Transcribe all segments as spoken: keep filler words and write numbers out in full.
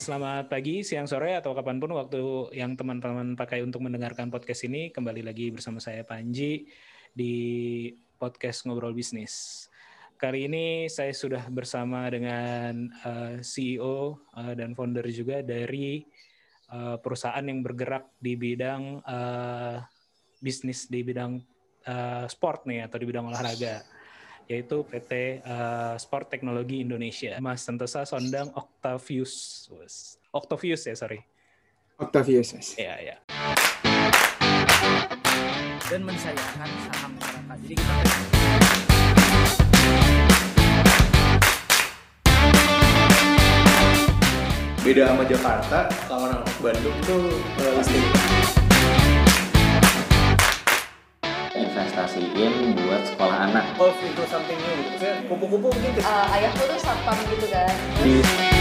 Selamat pagi, siang, sore, atau kapanpun waktu yang teman-teman pakai untuk mendengarkan podcast ini. Kembali lagi bersama saya Panji di podcast Ngobrol Bisnis. Kali ini saya sudah bersama dengan uh, C E O uh, dan founder juga dari uh, perusahaan yang bergerak di bidang uh, bisnis di bidang uh, sport nih atau di bidang olahraga, yaitu P T uh, Sport Teknologi Indonesia. Mas Santosa Sondang Octavius. Octavius ya, sorry. Octavius, yes. Ya, ya. Dan mensayangkan saham masyarakat. Jadi kita beda sama Jakarta, kalau orang Bandung tuh uh, listing. Investasiin buat sekolah anak. evolve into something new. Maksudnya kupu-kupu mungkin ke- Uh, ayahku tuh satpam gitu kan. Di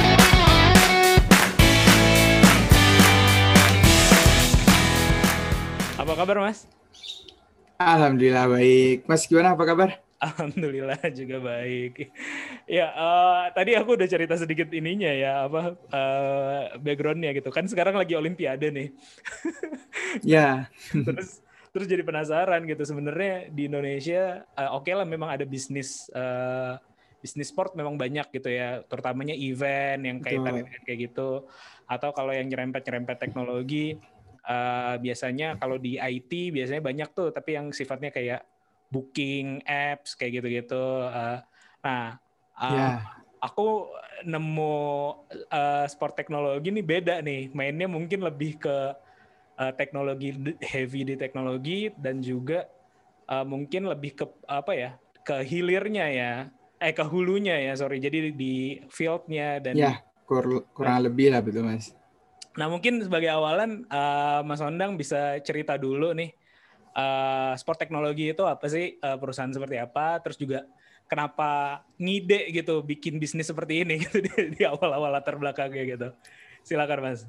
Apa kabar, Mas? Alhamdulillah baik. Mas gimana, apa kabar? Alhamdulillah juga baik. Ya, uh, tadi aku udah cerita sedikit ininya ya, apa uh, background-nya gitu. Kan sekarang lagi Olimpiade nih. Ya, terus terus jadi penasaran gitu, sebenarnya di Indonesia uh, oke lah memang ada bisnis uh, bisnis sport memang banyak gitu ya, terutamanya event yang kaitan betul. kayak gitu, atau kalau yang nyerempet-nyerempet teknologi uh, biasanya kalau di I T biasanya banyak tuh, tapi yang sifatnya kayak booking apps kayak gitu-gitu. Uh, nah, uh, Ya, aku nemu uh, sport teknologi nih beda nih, mainnya mungkin lebih ke uh, teknologi heavy di teknologi, dan juga uh, mungkin lebih ke apa ya, ke hilirnya ya, eh ke hulunya ya, sorry, jadi di fieldnya dan di, ya kur- kurang lebih lah betul Mas. nah mungkin sebagai awalan uh, Mas Ondang bisa cerita dulu nih, uh, sport teknologi itu apa sih, uh, perusahaan seperti apa, terus juga kenapa ngide gitu bikin bisnis seperti ini gitu di, di awal-awal latar belakangnya gitu. Silakan Mas.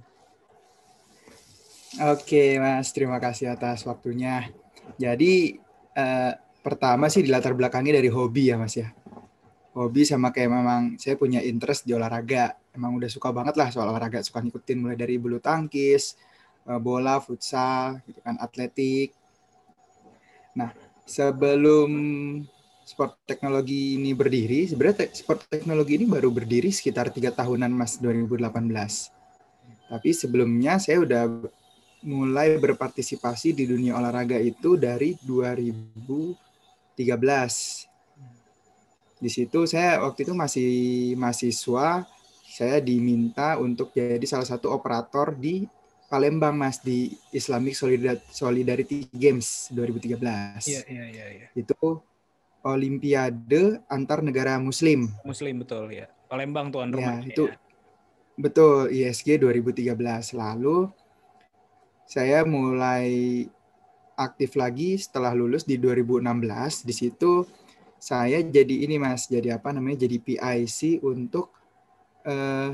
Oke Mas, terima kasih atas waktunya. Jadi eh, pertama sih di latar belakangnya dari hobi ya Mas ya. Hobi sama kayak memang saya punya interest di olahraga. Emang udah suka banget lah soal olahraga, suka ngikutin mulai dari bulu tangkis, eh, bola, futsal, gitu kan, atletik. Nah, sebelum sport teknologi ini berdiri, sebenarnya te- sport teknologi ini baru berdiri sekitar tiga tahunan Mas, dua ribu delapan belas. Tapi sebelumnya saya udah mulai berpartisipasi di dunia olahraga itu dari dua ribu tiga belas. Di situ saya waktu itu masih mahasiswa, saya diminta untuk jadi salah satu operator di Palembang Mas, di Islamic Solidarity Games dua ribu tiga belas. Iya, iya, iya, iya. Itu Olimpiade antar negara Muslim. Muslim, betul ya. Palembang tuan Ya, rumahnya. itu Ya. betul, I S G dua ribu tiga belas. Lalu saya mulai aktif lagi setelah lulus di dua ribu enam belas. Di situ saya jadi ini Mas, jadi apa namanya? Jadi P I C untuk eh,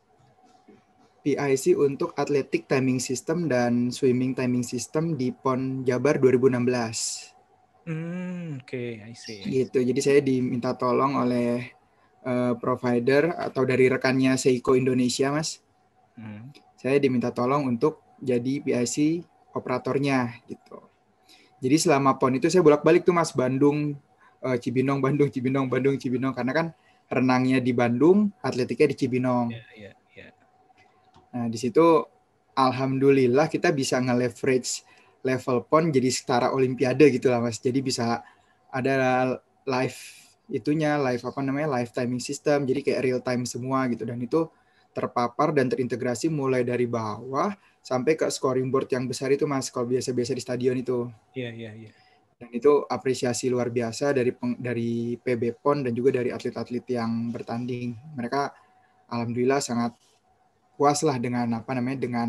P I C untuk Athletic Timing System dan Swimming Timing System di P O N Jabar dua ribu enam belas. Hmm, oke, okay, I see. Gitu. Jadi saya diminta tolong oleh uh, provider atau dari rekannya Seiko Indonesia, Mas. Hmm. Saya diminta tolong untuk jadi P I C operatornya gitu. Jadi selama P O N itu saya bolak-balik tuh Mas, Bandung, uh, Cibinong, Bandung, Cibinong, Bandung, Cibinong, karena kan renangnya di Bandung, atletiknya di Cibinong. Yeah, yeah, yeah. Nah, di situ alhamdulillah kita bisa nge-leverage level P O N jadi setara olimpiade gitu lah Mas. Jadi bisa ada live itunya, live apa namanya, live timing system, jadi kayak real time semua gitu, dan itu terpapar dan terintegrasi mulai dari bawah sampai ke scoring board yang besar itu Mas, kalau biasa-biasa di stadion itu. Iya, iya, iya. Dan itu apresiasi luar biasa dari peng, dari P B P O N dan juga dari atlet-atlet yang bertanding. Mereka alhamdulillah sangat puas lah dengan apa namanya, dengan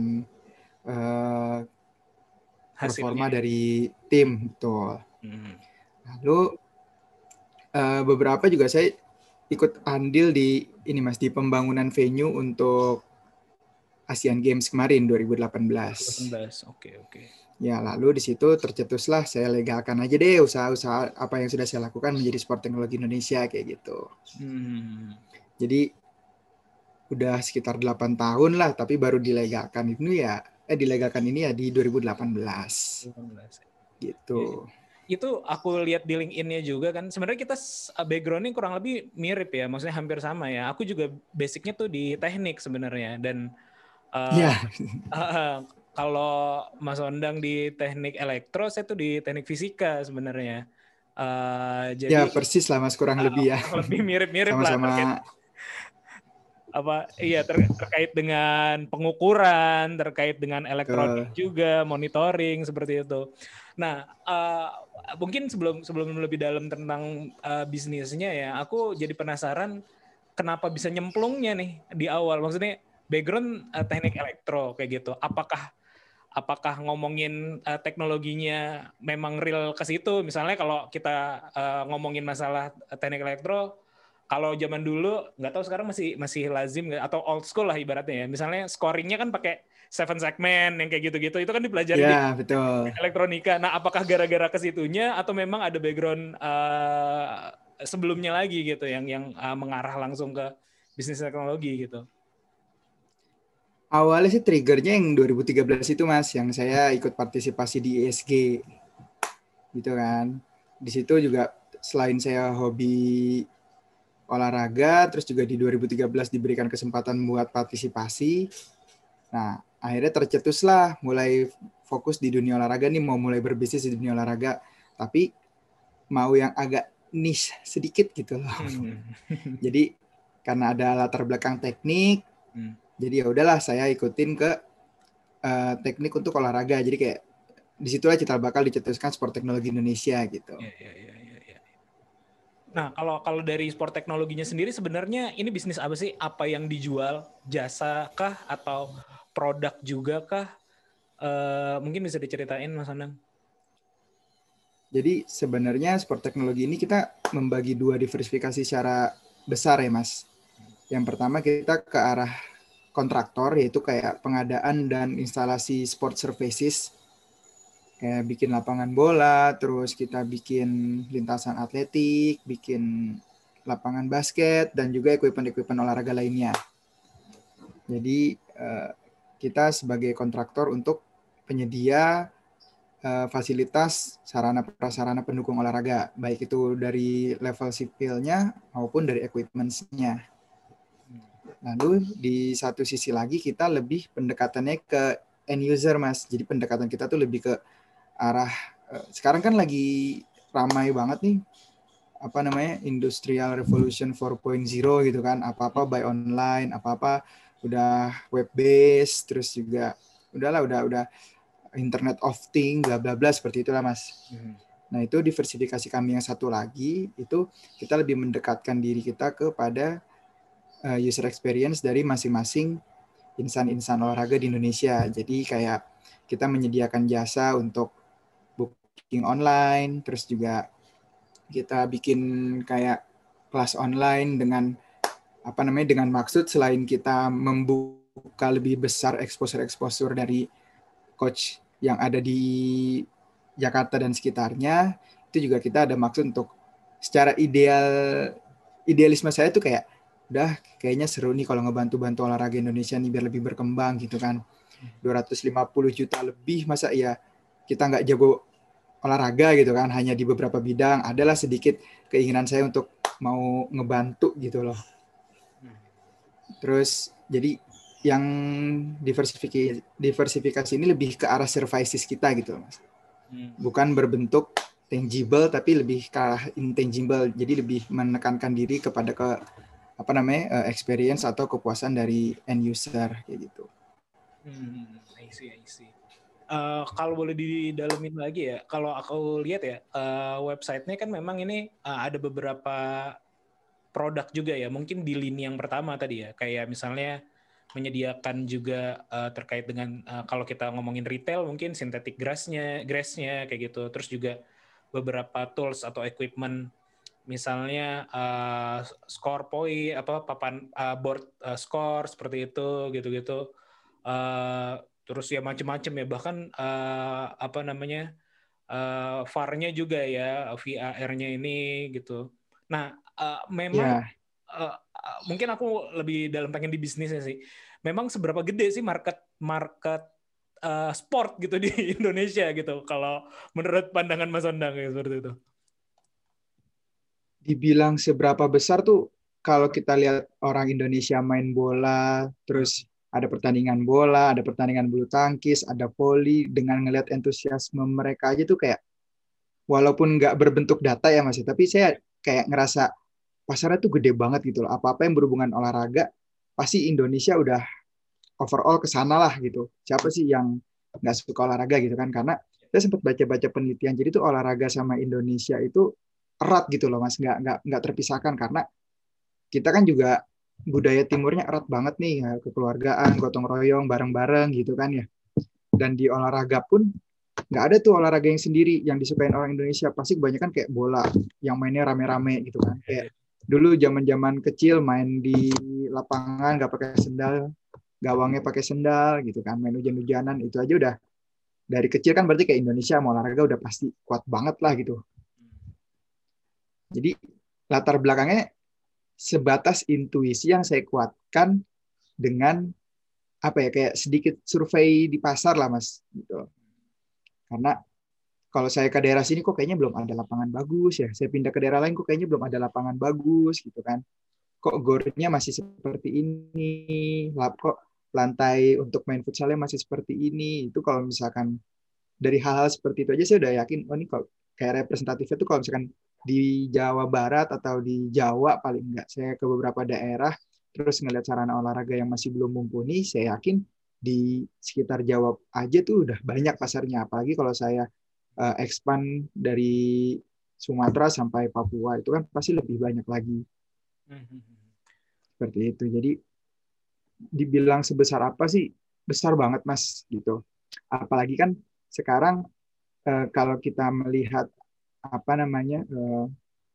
uh, performa dari tim, betul. Hmm. Lalu uh, beberapa juga saya ikut andil di ini Mas, di pembangunan venue untuk Asian Games kemarin dua ribu delapan belas. dua ribu delapan belas, oke okay, oke. Okay. Ya, lalu di situ tercetuslah saya legalkan aja deh usaha-usaha apa yang sudah saya lakukan menjadi sport teknologi Indonesia kayak gitu. Hmm. Jadi udah sekitar delapan tahun lah, tapi baru dilegalkan itu ya, eh dilegalkan ini ya di dua ribu delapan belas gitu. Itu aku lihat di LinkedIn-nya juga kan, sebenarnya kita background-nya kurang lebih mirip ya, maksudnya hampir sama ya. Aku juga basicnya tuh di teknik sebenarnya, dan uh, Ya, uh, kalau Mas Ondang di teknik elektro, saya tuh di teknik fisika sebenarnya. Uh, ya jadi persis lah Mas, kurang uh, lebih ya. kurang lebih mirip-mirip lah terkait Sama-sama apa iya ter- terkait dengan pengukuran, terkait dengan elektronik ke juga, monitoring seperti itu. Nah, uh, mungkin sebelum sebelum lebih dalam tentang uh, bisnisnya ya, aku jadi penasaran kenapa bisa nyemplungnya nih di awal. Maksudnya background uh, teknik elektro kayak gitu. Apakah apakah ngomongin uh, teknologinya memang real ke situ? Misalnya kalau kita uh, ngomongin masalah teknik elektro, kalau zaman dulu nggak tahu sekarang masih masih lazim nggak, atau old school lah ibaratnya ya. Misalnya scoringnya kan pakai seven segment yang kayak gitu-gitu, itu kan dipelajari di ya betul. elektronika. Nah, apakah gara-gara ke situnya atau memang ada background uh, sebelumnya lagi gitu yang yang uh, mengarah langsung ke bisnis teknologi gitu? Awalnya sih triggernya yang dua ribu tiga belas itu Mas, yang saya ikut partisipasi di I S G gitu kan. Di situ juga selain saya hobi olahraga, terus juga di dua ribu tiga belas diberikan kesempatan buat partisipasi. Nah, akhirnya tercetuslah mulai fokus di dunia olahraga nih, mau mulai berbisnis di dunia olahraga, tapi mau yang agak niche sedikit gitu loh. Hmm. Jadi karena ada latar belakang teknik, Hmm. jadi ya udahlah saya ikutin ke uh, teknik untuk olahraga. Jadi kayak disitulah cikal bakal dicetuskan Sport Teknologi Indonesia gitu. Ya, ya, ya, ya, ya. Nah, kalau kalau dari sport teknologinya sendiri sebenarnya ini bisnis apa sih? Apa yang dijual? Jasa kah atau produk juga kah? Uh, mungkin bisa diceritain Mas Anang. Jadi sebenarnya sport teknologi ini kita membagi dua diversifikasi secara besar ya Mas. Yang pertama kita ke arah kontraktor, yaitu kayak pengadaan dan instalasi sport services, kayak bikin lapangan bola, terus kita bikin lintasan atletik, bikin lapangan basket, dan juga equipment-equipment olahraga lainnya. Jadi kita sebagai kontraktor untuk penyedia fasilitas sarana prasarana pendukung olahraga, baik itu dari level sipilnya maupun dari equipment-nya. Lalu di satu sisi lagi kita lebih pendekatannya ke end user Mas. Jadi pendekatan kita tuh lebih ke arah sekarang kan lagi ramai banget nih apa namanya Industrial Revolution four point oh gitu kan. Apa-apa buy online, apa-apa udah web based, terus juga udahlah udah udah Internet of Things, bla bla bla seperti itulah Mas. Hmm. Nah, itu diversifikasi kami yang satu lagi, itu kita lebih mendekatkan diri kita kepada uh, user experience dari masing-masing insan-insan olahraga di Indonesia. Jadi kayak kita menyediakan jasa untuk booking online, terus juga kita bikin kayak kelas online dengan apa namanya dengan maksud selain kita membuka lebih besar exposure-exposure dari coach yang ada di Jakarta dan sekitarnya, itu juga kita ada maksud untuk secara ideal, idealisme saya tuh kayak, udah kayaknya seru nih kalau ngebantu-bantu olahraga Indonesia nih biar lebih berkembang gitu kan. dua ratus lima puluh juta lebih, masa ya kita nggak jago olahraga gitu kan, hanya di beberapa bidang. Adalah sedikit keinginan saya untuk mau ngebantu gitu loh. Terus jadi yang diversifikasi diversifikasi ini lebih ke arah services kita gitu Mas. Bukan berbentuk tangible tapi lebih ke arah intangible. Jadi lebih menekankan diri kepada ke apa namanya experience atau kepuasan dari end user kayak gitu. Hmm, I see, I see. Uh, kalau boleh didalemin lagi ya, kalau aku lihat ya uh, websitenya kan memang ini uh, ada beberapa produk juga ya. Mungkin di lini yang pertama tadi ya, kayak misalnya menyediakan juga uh, terkait dengan uh, kalau kita ngomongin retail mungkin synthetic grass-nya, grass-nya kayak gitu. Terus juga beberapa tools atau equipment, misalnya uh, score point, apa papan uh, board uh, score seperti itu, gitu-gitu. Uh, terus ya macam-macam ya, bahkan uh, apa namanya uh, V A R-nya juga ya, V A R-nya ini gitu. Nah, uh, memang. Ya. uh, uh, mungkin aku lebih dalam pengen di bisnisnya sih. Memang seberapa gede sih market market uh, sport gitu di Indonesia gitu? Kalau menurut pandangan Mas Ondang ya seperti itu. Dibilang seberapa besar tuh kalau kita lihat orang Indonesia main bola, terus ada pertandingan bola, ada pertandingan bulu tangkis, ada voli, dengan ngelihat entusiasme mereka aja tuh kayak, walaupun nggak berbentuk data ya Mas, tapi saya kayak ngerasa pasarnya tuh gede banget gitu loh. Apa-apa yang berhubungan olahraga, pasti Indonesia udah overall ke sana lah gitu. Siapa sih yang nggak suka olahraga gitu kan? Karena saya sempat baca-baca penelitian, jadi tuh olahraga sama Indonesia itu erat gitu loh Mas, nggak nggak nggak terpisahkan, karena kita kan juga budaya timurnya erat banget nih, ya, kekeluargaan, gotong royong, bareng-bareng gitu kan ya. Dan di olahraga pun nggak ada tuh olahraga yang sendiri yang disukain orang Indonesia, pasti kebanyakan kayak bola yang mainnya rame-rame gitu kan. Kayak dulu zaman-zaman kecil main di lapangan nggak pakai sendal, gawangnya pakai sendal gitu kan, main hujan-hujanan, itu aja udah dari kecil kan, berarti kayak Indonesia mau olahraga udah pasti kuat banget lah gitu. Jadi latar belakangnya sebatas intuisi yang saya kuatkan dengan apa ya, kayak sedikit survei di pasar lah Mas gitu. Karena kalau saya ke daerah sini kok kayaknya belum ada lapangan bagus ya, saya pindah ke daerah lain kok kayaknya belum ada lapangan bagus gitu kan, kok gornya masih seperti ini, lap kok lantai untuk main futsalnya masih seperti ini. Itu kalau misalkan dari hal-hal seperti itu aja saya udah yakin, oh ini kok kayak representatifnya tuh kalau misalkan di Jawa Barat atau di Jawa paling enggak, saya ke beberapa daerah terus ngeliat sarana olahraga yang masih belum mumpuni, saya yakin di sekitar Jawa aja tuh udah banyak pasarnya. Apalagi kalau saya uh, expand dari Sumatera sampai Papua, itu kan pasti lebih banyak lagi. Seperti itu. Jadi dibilang sebesar apa sih, besar banget Mas gitu. Apalagi kan sekarang uh, kalau kita melihat apa namanya uh,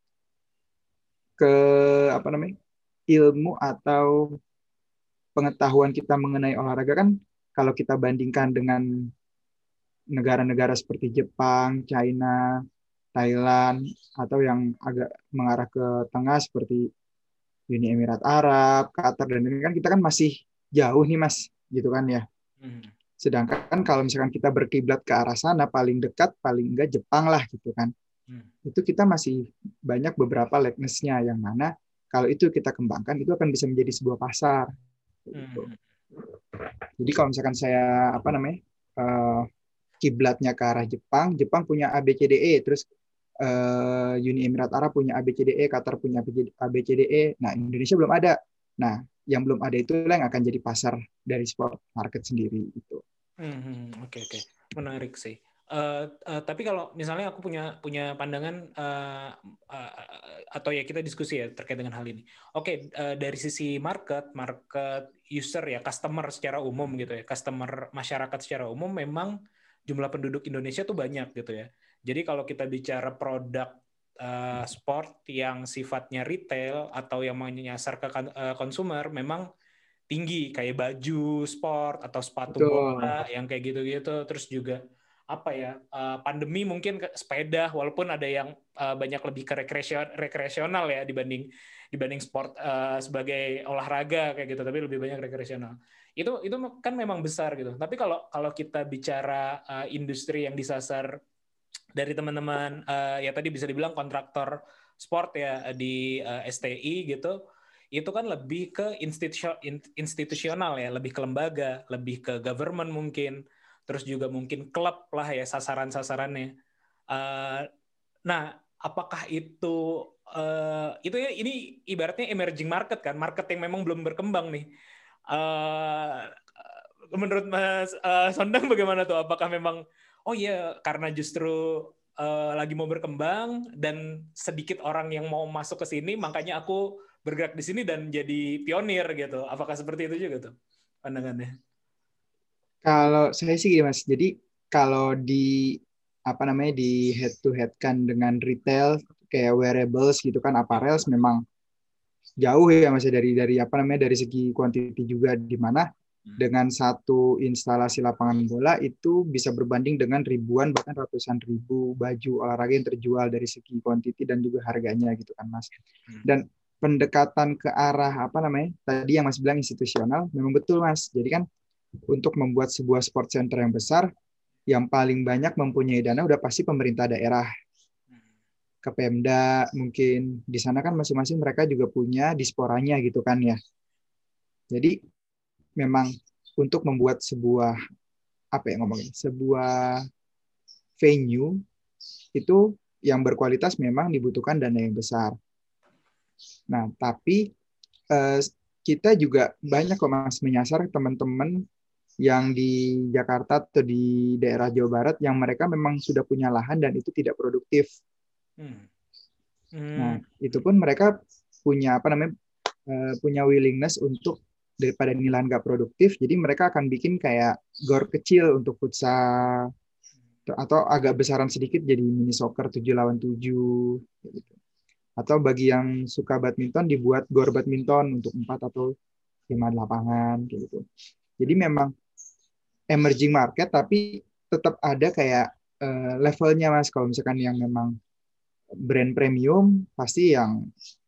ke apa namanya ilmu atau pengetahuan kita mengenai olahraga kan, kalau kita bandingkan dengan negara-negara seperti Jepang, China, Thailand, atau yang agak mengarah ke tengah seperti Uni Emirat Arab, Qatar, dan ini kan kita kan masih jauh nih Mas, gitu kan ya. Hmm. Sedangkan kalau misalkan kita berkiblat ke arah sana, paling dekat, paling enggak Jepang lah gitu kan. Hmm. Itu kita masih banyak beberapa lateness-nya, yang mana kalau itu kita kembangkan, itu akan bisa menjadi sebuah pasar. Gitu. Hmm. Jadi kalau misalkan saya apa namanya uh, kiblatnya ke arah Jepang, Jepang punya A B C D E, terus uh, Uni Emirat Arab punya A B C D E, Qatar punya A B C D E, nah Indonesia belum ada. Nah yang belum ada itu yang akan jadi pasar dari sport market sendiri itu. Hmm, oke okay, oke, okay. Menarik sih. Uh, uh, tapi kalau misalnya aku punya punya pandangan uh, uh, atau ya kita diskusi ya terkait dengan hal ini. Oke, okay, uh, dari sisi market, market user ya, customer secara umum gitu ya, customer masyarakat secara umum, memang jumlah penduduk Indonesia tuh banyak gitu ya. Jadi kalau kita bicara produk uh, sport yang sifatnya retail atau yang menyasar ke uh, konsumer, memang tinggi, kayak baju sport atau sepatu Betul. bola yang kayak gitu-gitu. Terus juga apa ya, uh, pandemi mungkin ke sepeda, walaupun ada yang uh, banyak lebih ke rekreasional ya dibanding dibanding sport uh, sebagai olahraga kayak gitu, tapi lebih banyak rekreasional. Itu itu kan memang besar gitu. Tapi kalau kalau kita bicara uh, industri yang disasar dari teman-teman uh, ya tadi bisa dibilang kontraktor sport ya di uh, S T I gitu, itu kan lebih ke institu- institusional ya, lebih ke lembaga, lebih ke government mungkin. Terus juga mungkin klub lah ya sasaran-sasarannya. Uh, nah, apakah itu uh, itu ya ini ibaratnya emerging market kan, market yang memang belum berkembang nih. Uh, menurut Mas uh, Sondang bagaimana tuh? Apakah memang oh iya karena justru uh, lagi mau berkembang dan sedikit orang yang mau masuk ke sini, makanya aku bergerak di sini dan jadi pionir gitu. Apakah seperti itu juga tuh pandangannya? Kalau saya sih gini Mas, jadi kalau di apa namanya di head to head kan dengan retail kayak wearables gitu kan, apparels memang jauh ya Mas dari dari apa namanya dari segi quantity juga, di mana dengan satu instalasi lapangan bola itu bisa berbanding dengan ribuan bahkan ratusan ribu baju olahraga yang terjual dari segi quantity dan juga harganya gitu kan Mas. Dan pendekatan ke arah apa namanya tadi yang Mas bilang institusional memang betul Mas. Jadi kan untuk membuat sebuah sport center yang besar, yang paling banyak mempunyai dana udah pasti pemerintah daerah, ke Pemda mungkin di sana kan masing-masing mereka juga punya disporanya gitu kan ya. Jadi memang untuk membuat sebuah apa ya ngomongin sebuah venue itu yang berkualitas memang dibutuhkan dana yang besar. Nah, tapi eh, kita juga banyak kok Mas menyasar teman-teman yang di Jakarta atau di daerah Jawa Barat yang mereka memang sudah punya lahan dan itu tidak produktif. Hmm. Nah, Hmm. itu pun mereka punya apa namanya eh, punya willingness untuk daripada ini lahan nggak produktif, jadi mereka akan bikin kayak gor kecil untuk futsal atau agak besaran sedikit jadi mini soccer tujuh lawan tujuh gitu. Atau bagi yang suka badminton dibuat gor badminton untuk empat atau lima lapangan gitu. Jadi memang emerging market tapi tetap ada kayak eh, levelnya Mas. Kalau misalkan yang memang brand premium pasti yang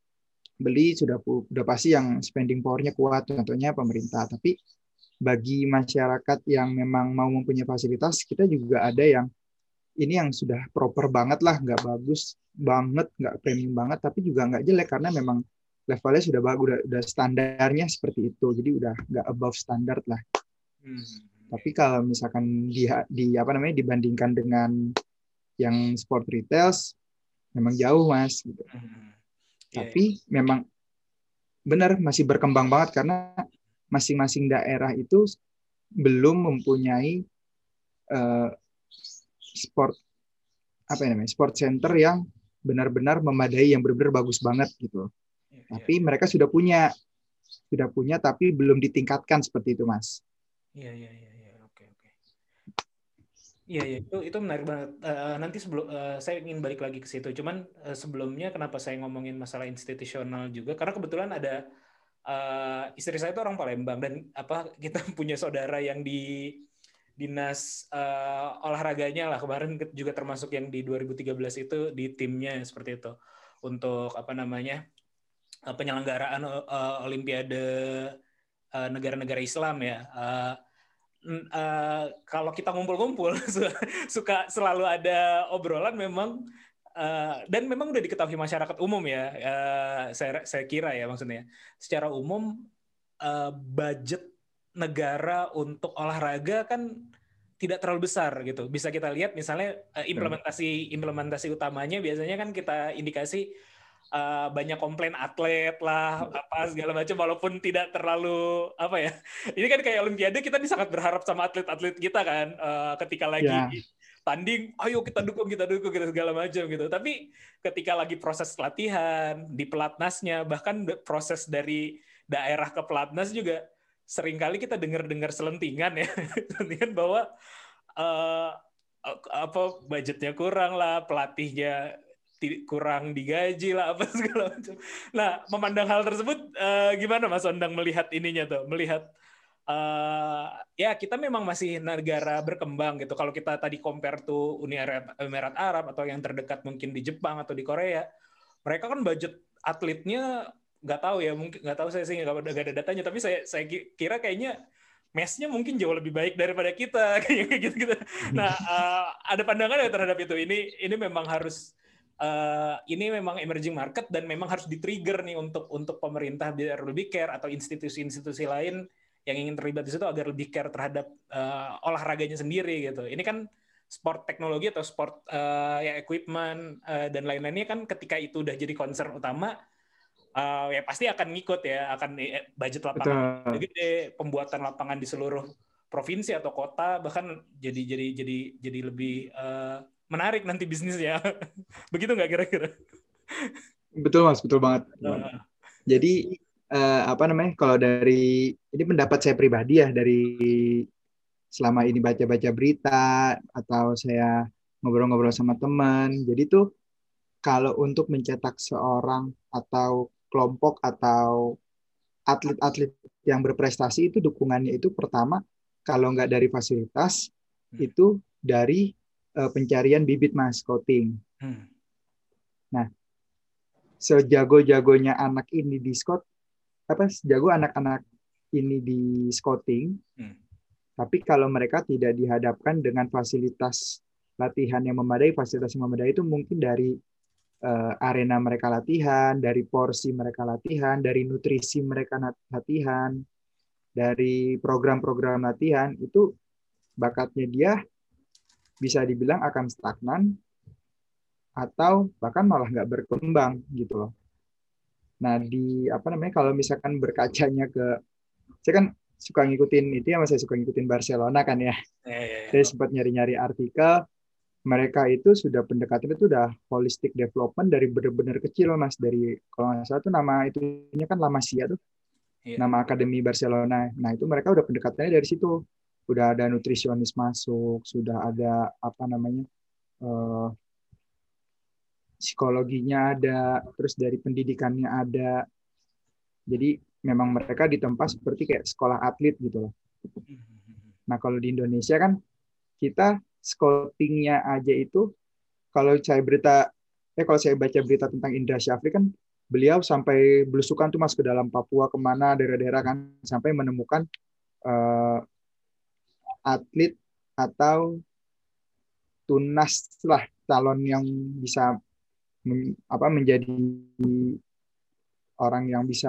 beli sudah sudah pasti yang spending power-nya kuat, contohnya pemerintah. Tapi bagi masyarakat yang memang mau mempunyai fasilitas, kita juga ada yang ini yang sudah proper banget lah, nggak bagus banget, nggak premium banget, tapi juga nggak jelek karena memang levelnya sudah bagus, udah, udah standarnya seperti itu, jadi udah nggak above standard lah. Hmm. Tapi kalau misalkan di, di apa namanya dibandingkan dengan yang sport retails, memang jauh Mas. Gitu. Hmm. Tapi yeah. memang benar masih berkembang banget karena masing-masing daerah itu belum mempunyai uh, sport apa ya namanya sport center yang benar-benar memadai yang benar-benar bagus banget gitu. Yeah, tapi yeah. mereka sudah punya sudah punya tapi belum ditingkatkan seperti itu Mas. Iya iya iya iya oke oke. Iya iya itu itu menarik banget. Uh, nanti sebelum uh, saya ingin balik lagi ke situ. Cuman uh, sebelumnya kenapa saya ngomongin masalah institusional juga karena kebetulan ada uh, istri saya itu orang Palembang dan apa kita punya saudara yang di dinas uh, olahraganya lah kemarin juga termasuk yang di dua ribu tiga belas itu di timnya seperti itu untuk apa namanya uh, penyelenggaraan uh, Olimpiade uh, negara-negara Islam ya. Uh, uh, kalau kita ngumpul-ngumpul suka selalu ada obrolan memang uh, dan memang udah diketahui masyarakat umum ya. Uh, saya saya kira ya maksudnya secara umum uh, budget negara untuk olahraga kan tidak terlalu besar gitu. Bisa kita lihat misalnya implementasi implementasi utamanya biasanya kan kita indikasi uh, banyak komplain atlet lah apa segala macam walaupun tidak terlalu apa ya. Ini kan kayak Olimpiade kita nih sangat berharap sama atlet-atlet kita kan uh, ketika lagi yeah. tanding, ayo kita dukung kita dukung kita segala macam gitu. Tapi ketika lagi proses latihan di pelatnasnya bahkan proses dari daerah ke pelatnas juga seringkali kita dengar-dengar selentingan ya, selentingan bahwa uh, apa budgetnya kurang lah, pelatihnya kurang digaji lah, apa segala macam. Nah, memandang hal tersebut, uh, gimana Mas Ondang melihat ininya tuh, melihat uh, ya kita memang masih negara berkembang gitu. Kalau kita tadi compare tuh Uni Emirat Arab atau yang terdekat mungkin di Jepang atau di Korea, mereka kan budget atletnya nggak tahu ya mungkin nggak tahu saya sih nggak ada, ada datanya tapi saya saya kira kayaknya mesnya mungkin jauh lebih baik daripada kita kayak gitu gitu. Nah uh, ada pandangan ya terhadap itu ini ini memang harus uh, ini memang emerging market dan memang harus di-trigger nih untuk untuk pemerintah biar lebih care atau institusi-institusi lain yang ingin terlibat di situ agar lebih care terhadap uh, olahraganya sendiri gitu. Ini kan sport teknologi atau sport uh, ya equipment uh, dan lain-lainnya kan ketika itu udah jadi concern utama Uh, ya pasti akan ngikut ya, akan budget lapangan gede, pembuatan lapangan di seluruh provinsi atau kota bahkan jadi jadi jadi jadi lebih uh, menarik nanti bisnisnya. Begitu nggak kira-kira? Betul Mas, betul banget. Uh. Jadi uh, apa namanya? Kalau dari ini pendapat saya pribadi ya dari selama ini baca-baca berita atau saya ngobrol-ngobrol sama teman. Jadi tuh kalau untuk mencetak seorang atau kelompok atau atlet-atlet yang berprestasi itu dukungannya itu pertama kalau nggak dari fasilitas hmm. itu dari uh, pencarian bibit Mas, scouting. Hmm. Nah sejago-jagonya anak ini di scout, apa sejago anak-anak ini di scouting, Hmm. tapi kalau mereka tidak dihadapkan dengan fasilitas latihan yang memadai, fasilitas yang memadai itu mungkin dari uh, arena mereka latihan, dari porsi mereka latihan, dari nutrisi mereka latihan, dari program-program latihan, itu bakatnya dia bisa dibilang akan stagnan atau bahkan malah nggak berkembang gitu loh. Nah di apa namanya kalau misalkan berkacanya ke, saya kan suka ngikutin itu ya, mas saya suka ngikutin Barcelona kan ya. Ya, ya, ya. Saya sempat nyari-nyari artikel, mereka itu sudah pendekatan itu udah holistic development dari benar-benar kecil mas, dari kalau nggak salah tuh nama itunya kan La Masia tuh, Ya. nama Akademi Barcelona. Nah itu mereka udah pendekatannya dari situ, udah ada nutrisionis masuk, sudah ada apa namanya uh, psikologinya ada, terus dari pendidikannya ada. Jadi memang mereka ditempa seperti kayak sekolah atlet gitu loh. Nah kalau di Indonesia kan kita scoutingnya aja itu, kalau saya berita, eh kalau saya baca berita tentang Indra Syafri kan, beliau sampai belusukan tuh mas ke dalam Papua kemana daerah-daerah kan, sampai menemukan uh, atlet atau tunas lah calon yang bisa men, apa menjadi orang yang bisa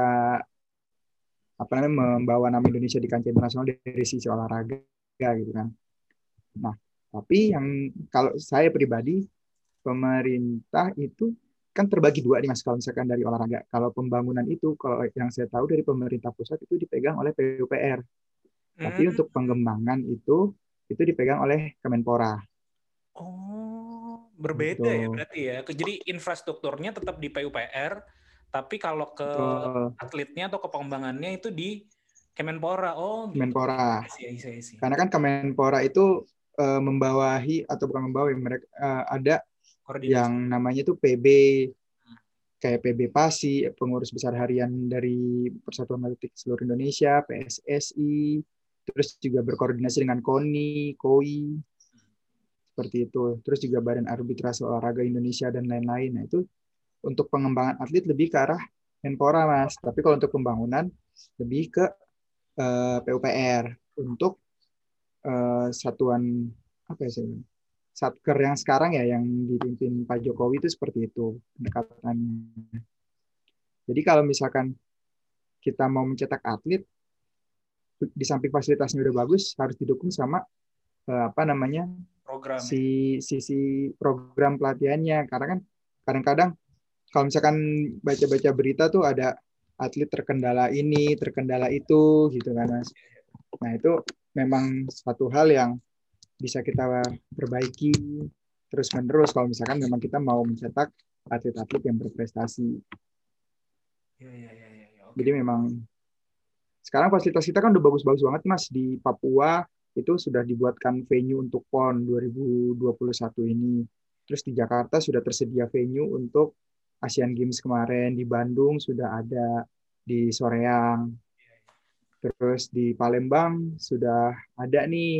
apa namanya membawa nama Indonesia di kancah internasional dari sisi olahraga gitu kan. Nah, tapi yang kalau saya pribadi, pemerintah itu kan terbagi dua nih mas kalau misalkan dari olahraga. Kalau pembangunan itu, kalau yang saya tahu dari pemerintah pusat itu dipegang oleh P U P R. Tapi Hmm. untuk pengembangan itu itu dipegang oleh Kemenpora. Oh, berbeda Gitu. ya berarti ya. Jadi infrastrukturnya tetap di P U P R, tapi kalau ke Betul. atletnya atau ke pengembangannya itu di Kemenpora. Oh, gitu. Kemenpora. Isi, isi, isi. Karena kan Kemenpora itu uh, membawahi atau bukan membawahi, mereka uh, ada Koordinasi. yang namanya itu P B, kayak P B Pasi, pengurus besar harian dari Persatuan Atletik Seluruh Indonesia, P S S I, terus juga berkoordinasi dengan KONI, K O I, seperti itu. Terus juga Badan Arbitrase Olahraga Indonesia dan lain-lain. Nah itu untuk pengembangan atlet lebih ke arah Menpora mas. Tapi kalau untuk pembangunan lebih ke uh, P U P R untuk uh, satuan apa ya sih? Satker yang sekarang ya yang dipimpin Pak Jokowi itu seperti itu pendekatannya. Jadi kalau misalkan kita mau mencetak atlet, di samping fasilitasnya udah bagus, harus didukung sama uh, apa namanya program si sisi program pelatihannya. Karena kan kadang-kadang kalau misalkan baca-baca berita tuh ada atlet terkendala ini, terkendala itu, gitu kan mas. Nah itu memang satu hal yang bisa kita perbaiki terus-menerus kalau misalkan memang kita mau mencetak atlet-atlet yang berprestasi. ya, ya, ya, ya, ya. Okay. Jadi memang sekarang fasilitas kita kan udah bagus-bagus banget mas. Di Papua itu sudah dibuatkan venue untuk P O N dua ribu dua puluh satu ini. Terus di Jakarta sudah tersedia venue untuk Asian Games kemarin. Di Bandung sudah ada, di Soreang. Terus di Palembang sudah ada nih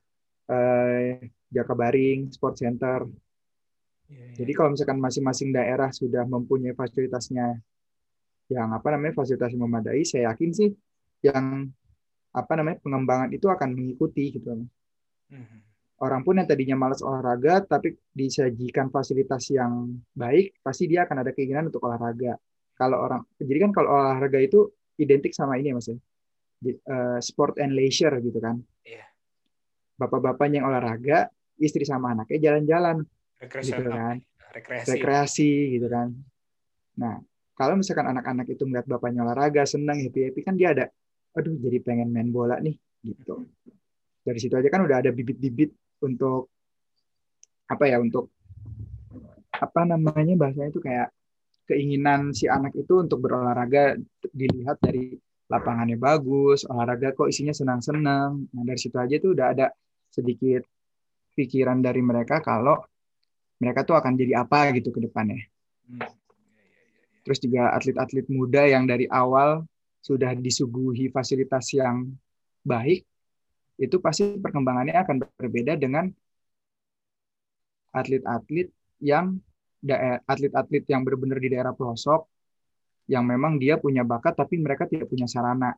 eh, Jakabaring Sport Center. Ya, ya, Jadi ya. kalau misalkan masing-masing daerah sudah mempunyai fasilitasnya yang apa namanya fasilitas yang memadai, saya yakin sih yang apa namanya pengembangan itu akan mengikuti gitu. Hmm. Orang pun yang tadinya malas olahraga tapi disajikan fasilitas yang baik, pasti dia akan ada keinginan untuk olahraga. Kalau orang, jadi kan kalau olahraga itu identik sama ini ya mas ya, uh, sport and leisure gitu kan. Iya. Bapak-bapaknya yang olahraga, istri sama anaknya jalan-jalan gitu Rekreasional, kan, rekreasi. rekreasi gitu kan. Nah kalau misalkan anak-anak itu melihat bapaknya olahraga, senang, happy-happy, kan dia ada, aduh jadi pengen main bola nih gitu. Dari situ aja kan udah ada bibit-bibit untuk apa ya, untuk apa namanya bahasanya itu kayak keinginan si anak itu untuk berolahraga, dilihat dari lapangannya bagus, olahraga kok isinya senang-senang. Nah dari situ aja tuh udah ada sedikit pikiran dari mereka kalau mereka tuh akan jadi apa gitu ke depannya. Hmm. Terus juga atlet-atlet muda yang dari awal sudah disuguhi fasilitas yang baik, itu pasti perkembangannya akan berbeda dengan atlet-atlet yang daer- atlet-atlet yang benar-benar di daerah pelosok yang memang dia punya bakat tapi mereka tidak punya sarana.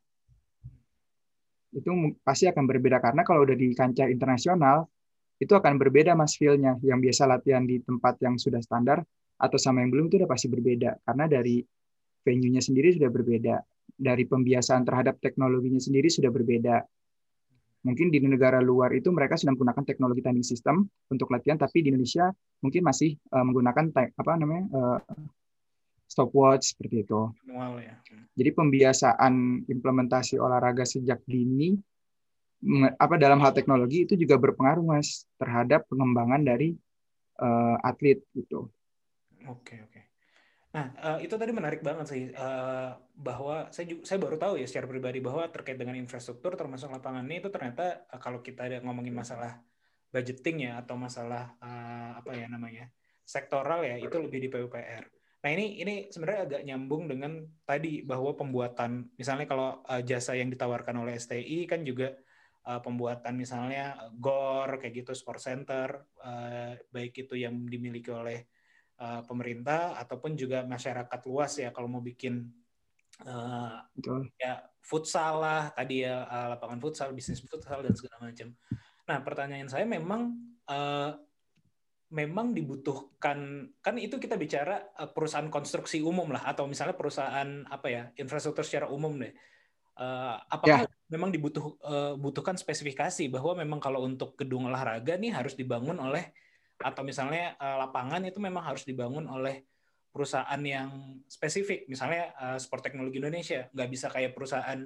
Itu mu- pasti akan berbeda karena kalau udah di kancah internasional itu akan berbeda mas feel-nya. Yang biasa latihan di tempat yang sudah standar atau sama yang belum itu udah pasti berbeda karena dari venue-nya sendiri sudah berbeda, dari pembiasaan terhadap teknologinya sendiri sudah berbeda. Mungkin di negara luar itu mereka sudah menggunakan teknologi timing system untuk latihan, tapi di Indonesia mungkin masih uh, menggunakan ti- apa namanya uh, stopwatch seperti itu. Manual ya. Hmm. Jadi pembiasaan implementasi olahraga sejak dini menge- apa dalam hal teknologi itu juga berpengaruh mas terhadap pengembangan dari uh, atlet gitu. Oke, oke. Nah, eh, itu tadi menarik banget sih, eh, bahwa saya juga, saya baru tahu ya secara pribadi bahwa terkait dengan infrastruktur termasuk lapangan ini itu ternyata eh, kalau kita ada ngomongin masalah budgeting ya atau masalah eh, apa ya namanya sektoral ya itu lebih di P U P R. Nah ini ini sebenarnya agak nyambung dengan tadi bahwa pembuatan misalnya kalau eh, jasa yang ditawarkan oleh S T I kan juga eh, pembuatan misalnya GOR kayak gitu sport center eh, baik itu yang dimiliki oleh uh, pemerintah ataupun juga masyarakat luas ya kalau mau bikin uh, Betul. ya futsal lah tadi ya uh, lapangan futsal, bisnis futsal dan segala macam. Nah pertanyaan saya memang uh, memang dibutuhkan kan itu kita bicara uh, perusahaan konstruksi umum lah atau misalnya perusahaan apa ya infrastruktur secara umum deh. Uh, apakah Ya. memang dibutuh uh, butuhkan spesifikasi bahwa memang kalau untuk gedung olahraga nih harus dibangun oleh atau misalnya uh, lapangan itu memang harus dibangun oleh perusahaan yang spesifik, misalnya uh, Sport Teknologi Indonesia, nggak bisa kayak perusahaan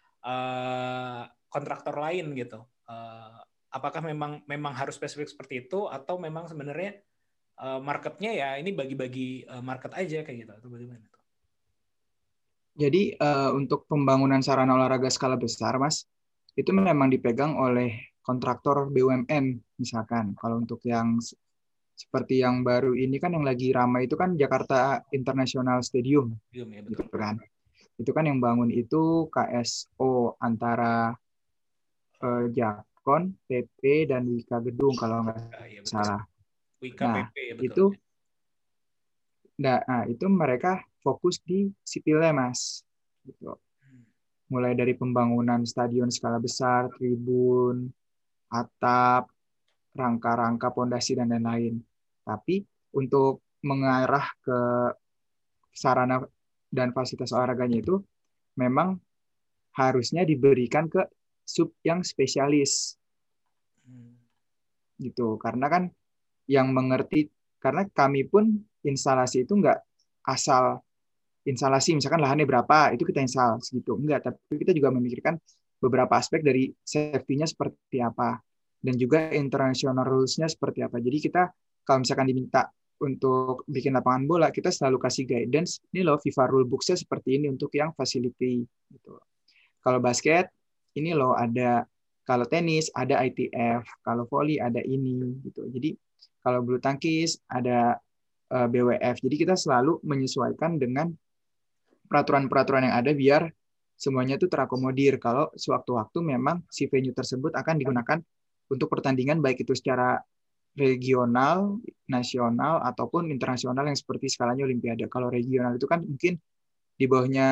uh, kontraktor lain gitu. Uh, apakah memang memang harus spesifik seperti itu atau memang sebenarnya uh, marketnya ya ini bagi-bagi uh, market aja kayak gitu atau bagaimana? Jadi uh, untuk pembangunan sarana olahraga skala besar, Mas, itu memang dipegang oleh kontraktor B U M N, misalkan. Kalau untuk yang s- seperti yang baru ini kan yang lagi ramai itu kan Jakarta International Stadium, Iya, ya, gitu betul. kan. Itu kan yang bangun itu K S O antara uh, Jakon, P P, dan Wika Gedung kalau nggak Ah, iya, betul. salah. Wika Nah, P P ya betul. itu, nah, nah, itu mereka fokus di sipilnya, Mas. Gitu. Mulai dari pembangunan stadion skala besar, tribun, atap, rangka-rangka pondasi dan lain-lain. Tapi untuk mengarah ke sarana dan fasilitas olahraganya itu memang harusnya diberikan ke sub yang spesialis gitu. Karena kan yang mengerti karena kami pun instalasi itu enggak asal instalasi misalkan lahannya berapa itu kita install segitu enggak, tapi kita juga memikirkan beberapa aspek dari safety-nya seperti apa dan juga international rules-nya seperti apa. Jadi kita kalau misalkan diminta untuk bikin lapangan bola, kita selalu kasih guidance, ini loh FIFA rule books-nya seperti ini untuk yang facility gitu. Kalau basket ini loh ada, kalau tenis ada I T F, kalau volley ada ini gitu. Jadi kalau bulu tangkis ada uh, B W F. Jadi kita selalu menyesuaikan dengan peraturan-peraturan yang ada biar semuanya itu terakomodir kalau sewaktu-waktu memang si venue tersebut akan digunakan untuk pertandingan baik itu secara regional, nasional, ataupun internasional yang seperti skalanya Olimpiade. Kalau regional itu kan mungkin di bawahnya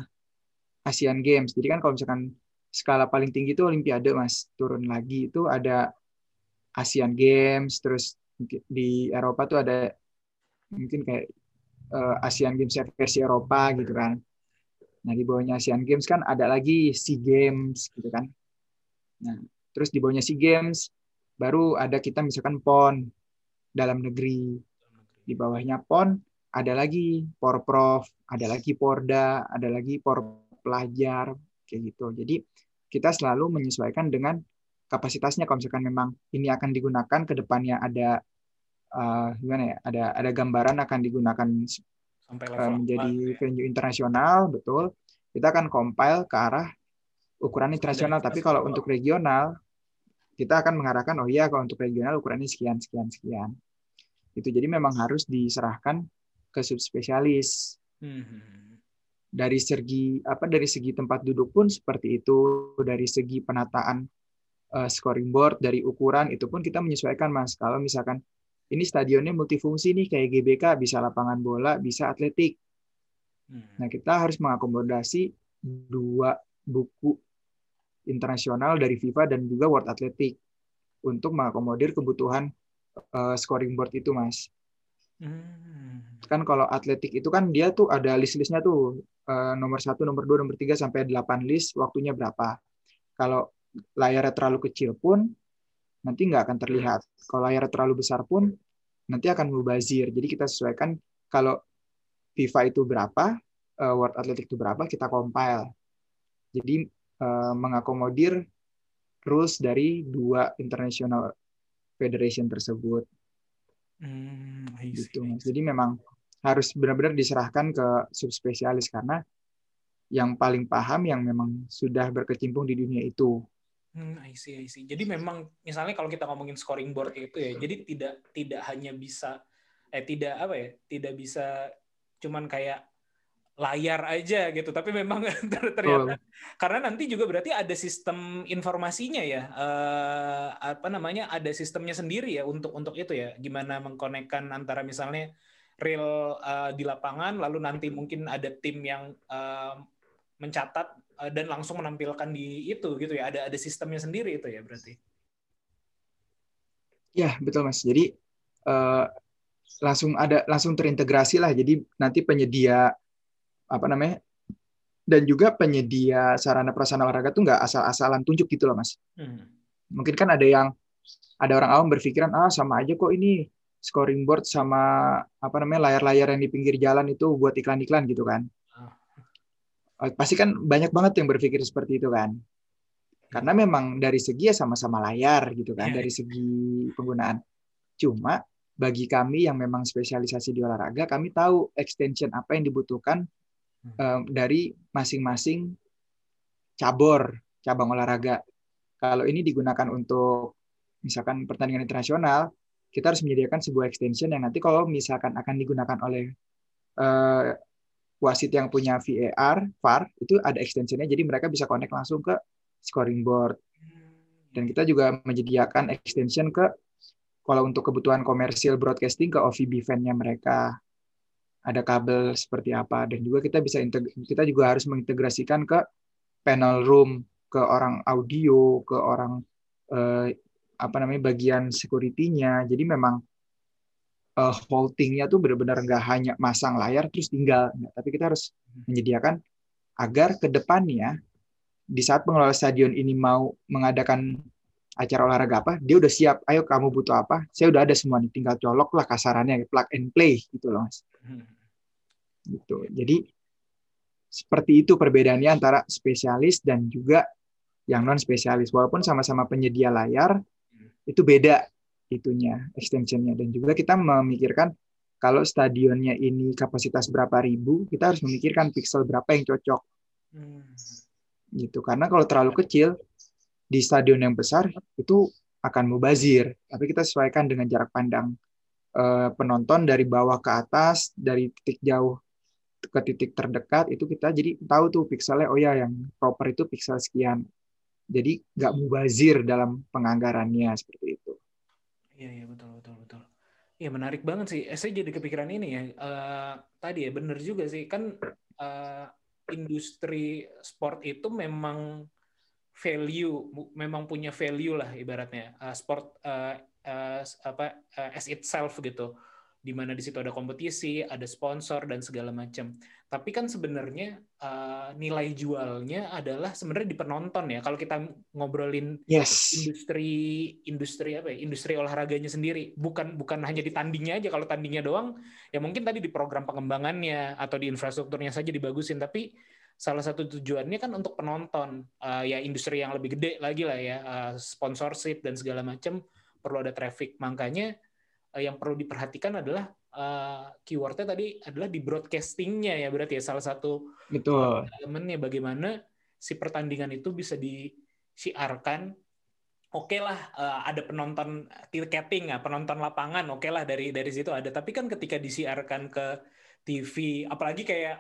Asian Games. Jadi kan kalau misalkan skala paling tinggi itu Olimpiade, Mas. Turun lagi itu ada Asian Games, terus di Eropa tuh ada mungkin kayak uh, Asian Games versi Eropa gitu kan. Nah, di bawahnya Asian Games kan ada lagi SEA Games gitu kan. Nah, terus di bawahnya SEA Games baru ada kita misalkan P O N dalam negeri. Di bawahnya P O N ada lagi Porprov, ada lagi Porda, ada lagi Porpelajar kayak gitu. Jadi kita selalu menyesuaikan dengan kapasitasnya. Kalau misalkan memang ini akan digunakan ke depannya ada uh, gimana ya? Ada ada gambaran akan digunakan Sampai uh, level menjadi apa, ya. venue internasional, betul. Kita akan compile ke arah ukuran internasional. Tapi kalau untuk regional, kita akan mengarahkan, oh iya kalau untuk regional ukurannya sekian, sekian, sekian. Itu jadi memang harus diserahkan ke subspesialis. Hmm. Dari segi apa? Dari segi tempat duduk pun seperti itu. Dari segi penataan uh, scoring board, dari ukuran itu pun kita menyesuaikan, Mas. Kalau misalkan ini stadionnya multifungsi nih kayak G B K, bisa lapangan bola, bisa atletik. Nah, kita harus mengakomodasi dua buku internasional dari FIFA dan juga World Athletic untuk mengakomodir kebutuhan uh, scoring board itu, Mas. Hmm. Kan kalau atletik itu kan dia tuh ada list-listnya tuh, uh, nomor satu, nomor dua, nomor tiga sampai delapan list, waktunya berapa. Kalau layarnya terlalu kecil pun nanti nggak akan terlihat. Kalau layarnya terlalu besar pun nanti akan mubazir. Jadi kita sesuaikan kalau FIFA itu berapa, uh, World Athletic itu berapa, kita compile. Jadi uh, mengakomodir rules dari dua international federation tersebut. Hmm, gitu. Jadi memang harus benar-benar diserahkan ke subspesialis karena yang paling paham yang memang sudah berkecimpung di dunia itu. Hmm, I see, I see. Jadi memang misalnya kalau kita ngomongin scoring board itu ya, jadi tidak tidak hanya bisa eh tidak apa ya, tidak bisa cuman kayak layar aja gitu, tapi memang ternyata oh. Karena nanti juga berarti ada sistem informasinya ya, eh, apa namanya, ada sistemnya sendiri ya untuk untuk itu ya, gimana mengkonekkan antara misalnya real uh, di lapangan, lalu nanti mungkin ada tim yang uh, mencatat uh, dan langsung menampilkan di itu gitu ya, ada ada sistemnya sendiri itu ya berarti. Ya betul Mas, jadi uh, langsung ada langsung terintegrasi lah, jadi nanti penyedia apa namanya, dan juga penyedia sarana prasarana olahraga tuh nggak asal-asalan tunjuk gitu loh Mas. Hmm. Mungkin kan ada yang ada orang awam berpikiran ah sama aja kok ini scoring board sama apa namanya layar-layar yang di pinggir jalan itu buat iklan-iklan gitu kan. Oh. Pasti kan banyak banget yang berpikir seperti itu kan. Karena memang dari segi ya sama-sama layar gitu kan, yeah. Dari segi penggunaan. Cuma bagi kami yang memang spesialisasi di olahraga, kami tahu extension apa yang dibutuhkan um, dari masing-masing cabur, cabang olahraga. Kalau ini digunakan untuk misalkan pertandingan internasional, kita harus menyediakan sebuah extension yang nanti kalau misalkan akan digunakan oleh uh, wasit yang punya V A R, V A R, itu ada extensionnya, jadi mereka bisa connect langsung ke scoring board. Dan kita juga menyediakan extension ke, kalau untuk kebutuhan komersil broadcasting, ke O V B fan-nya mereka. Ada kabel seperti apa, dan juga kita bisa kita juga harus mengintegrasikan ke panel room, ke orang audio, ke orang eh, apa namanya bagian security-nya. Jadi memang uh, holding-nya tuh benar-benar nggak hanya masang layar terus tinggal, nggak, tapi kita harus menyediakan agar ke depannya di saat pengelola stadion ini mau mengadakan acara olahraga apa, dia udah siap. Ayo kamu butuh apa? Saya udah ada semua nih, tinggal colok lah kasarannya, plug and play gitu loh Mas. Gitu. Jadi seperti itu perbedaannya antara spesialis dan juga yang non spesialis. Walaupun sama-sama penyedia layar, itu beda itunya, extensionnya. Dan juga kita memikirkan kalau stadionnya ini kapasitas berapa ribu, kita harus memikirkan pixel berapa yang cocok. Hmm. Gitu. Karena kalau terlalu kecil di stadion yang besar itu akan mubazir. Tapi kita sesuaikan dengan jarak pandang eh, penonton dari bawah ke atas, dari titik jauh ke titik terdekat, itu kita jadi tahu tuh pixelnya, oh ya yang proper itu pixel sekian. Jadi nggak mubazir dalam penganggarannya seperti itu. Iya, iya betul, betul, betul. Iya menarik banget sih. Saya jadi kepikiran ini ya. Uh, tadi ya benar juga sih. Kan uh, industri sport itu memang value, memang punya value lah ibaratnya. Uh, sport uh, uh, apa uh, as itself gitu. Di mana di situ ada kompetisi, ada sponsor dan segala macam. Tapi kan sebenarnya uh, nilai jualnya adalah sebenarnya di penonton ya. Kalau kita ngobrolin yes. industri industri apa ya? Industri olahraganya sendiri, bukan bukan hanya di tandingnya aja. Kalau tandingnya doang, ya mungkin tadi di program pengembangannya atau di infrastrukturnya saja dibagusin. Tapi salah satu tujuannya kan untuk penonton, uh, ya industri yang lebih gede lagi lah ya, uh, sponsorship dan segala macam, perlu ada traffic. Makanya yang perlu diperhatikan adalah uh, keywordnya tadi adalah di broadcastingnya ya, berarti ya salah satu elemennya bagaimana si pertandingan itu bisa disiarkan. Oke okay lah uh, ada penonton tiketing, penonton lapangan, oke okay lah dari dari situ ada. Tapi kan ketika disiarkan ke T V, apalagi kayak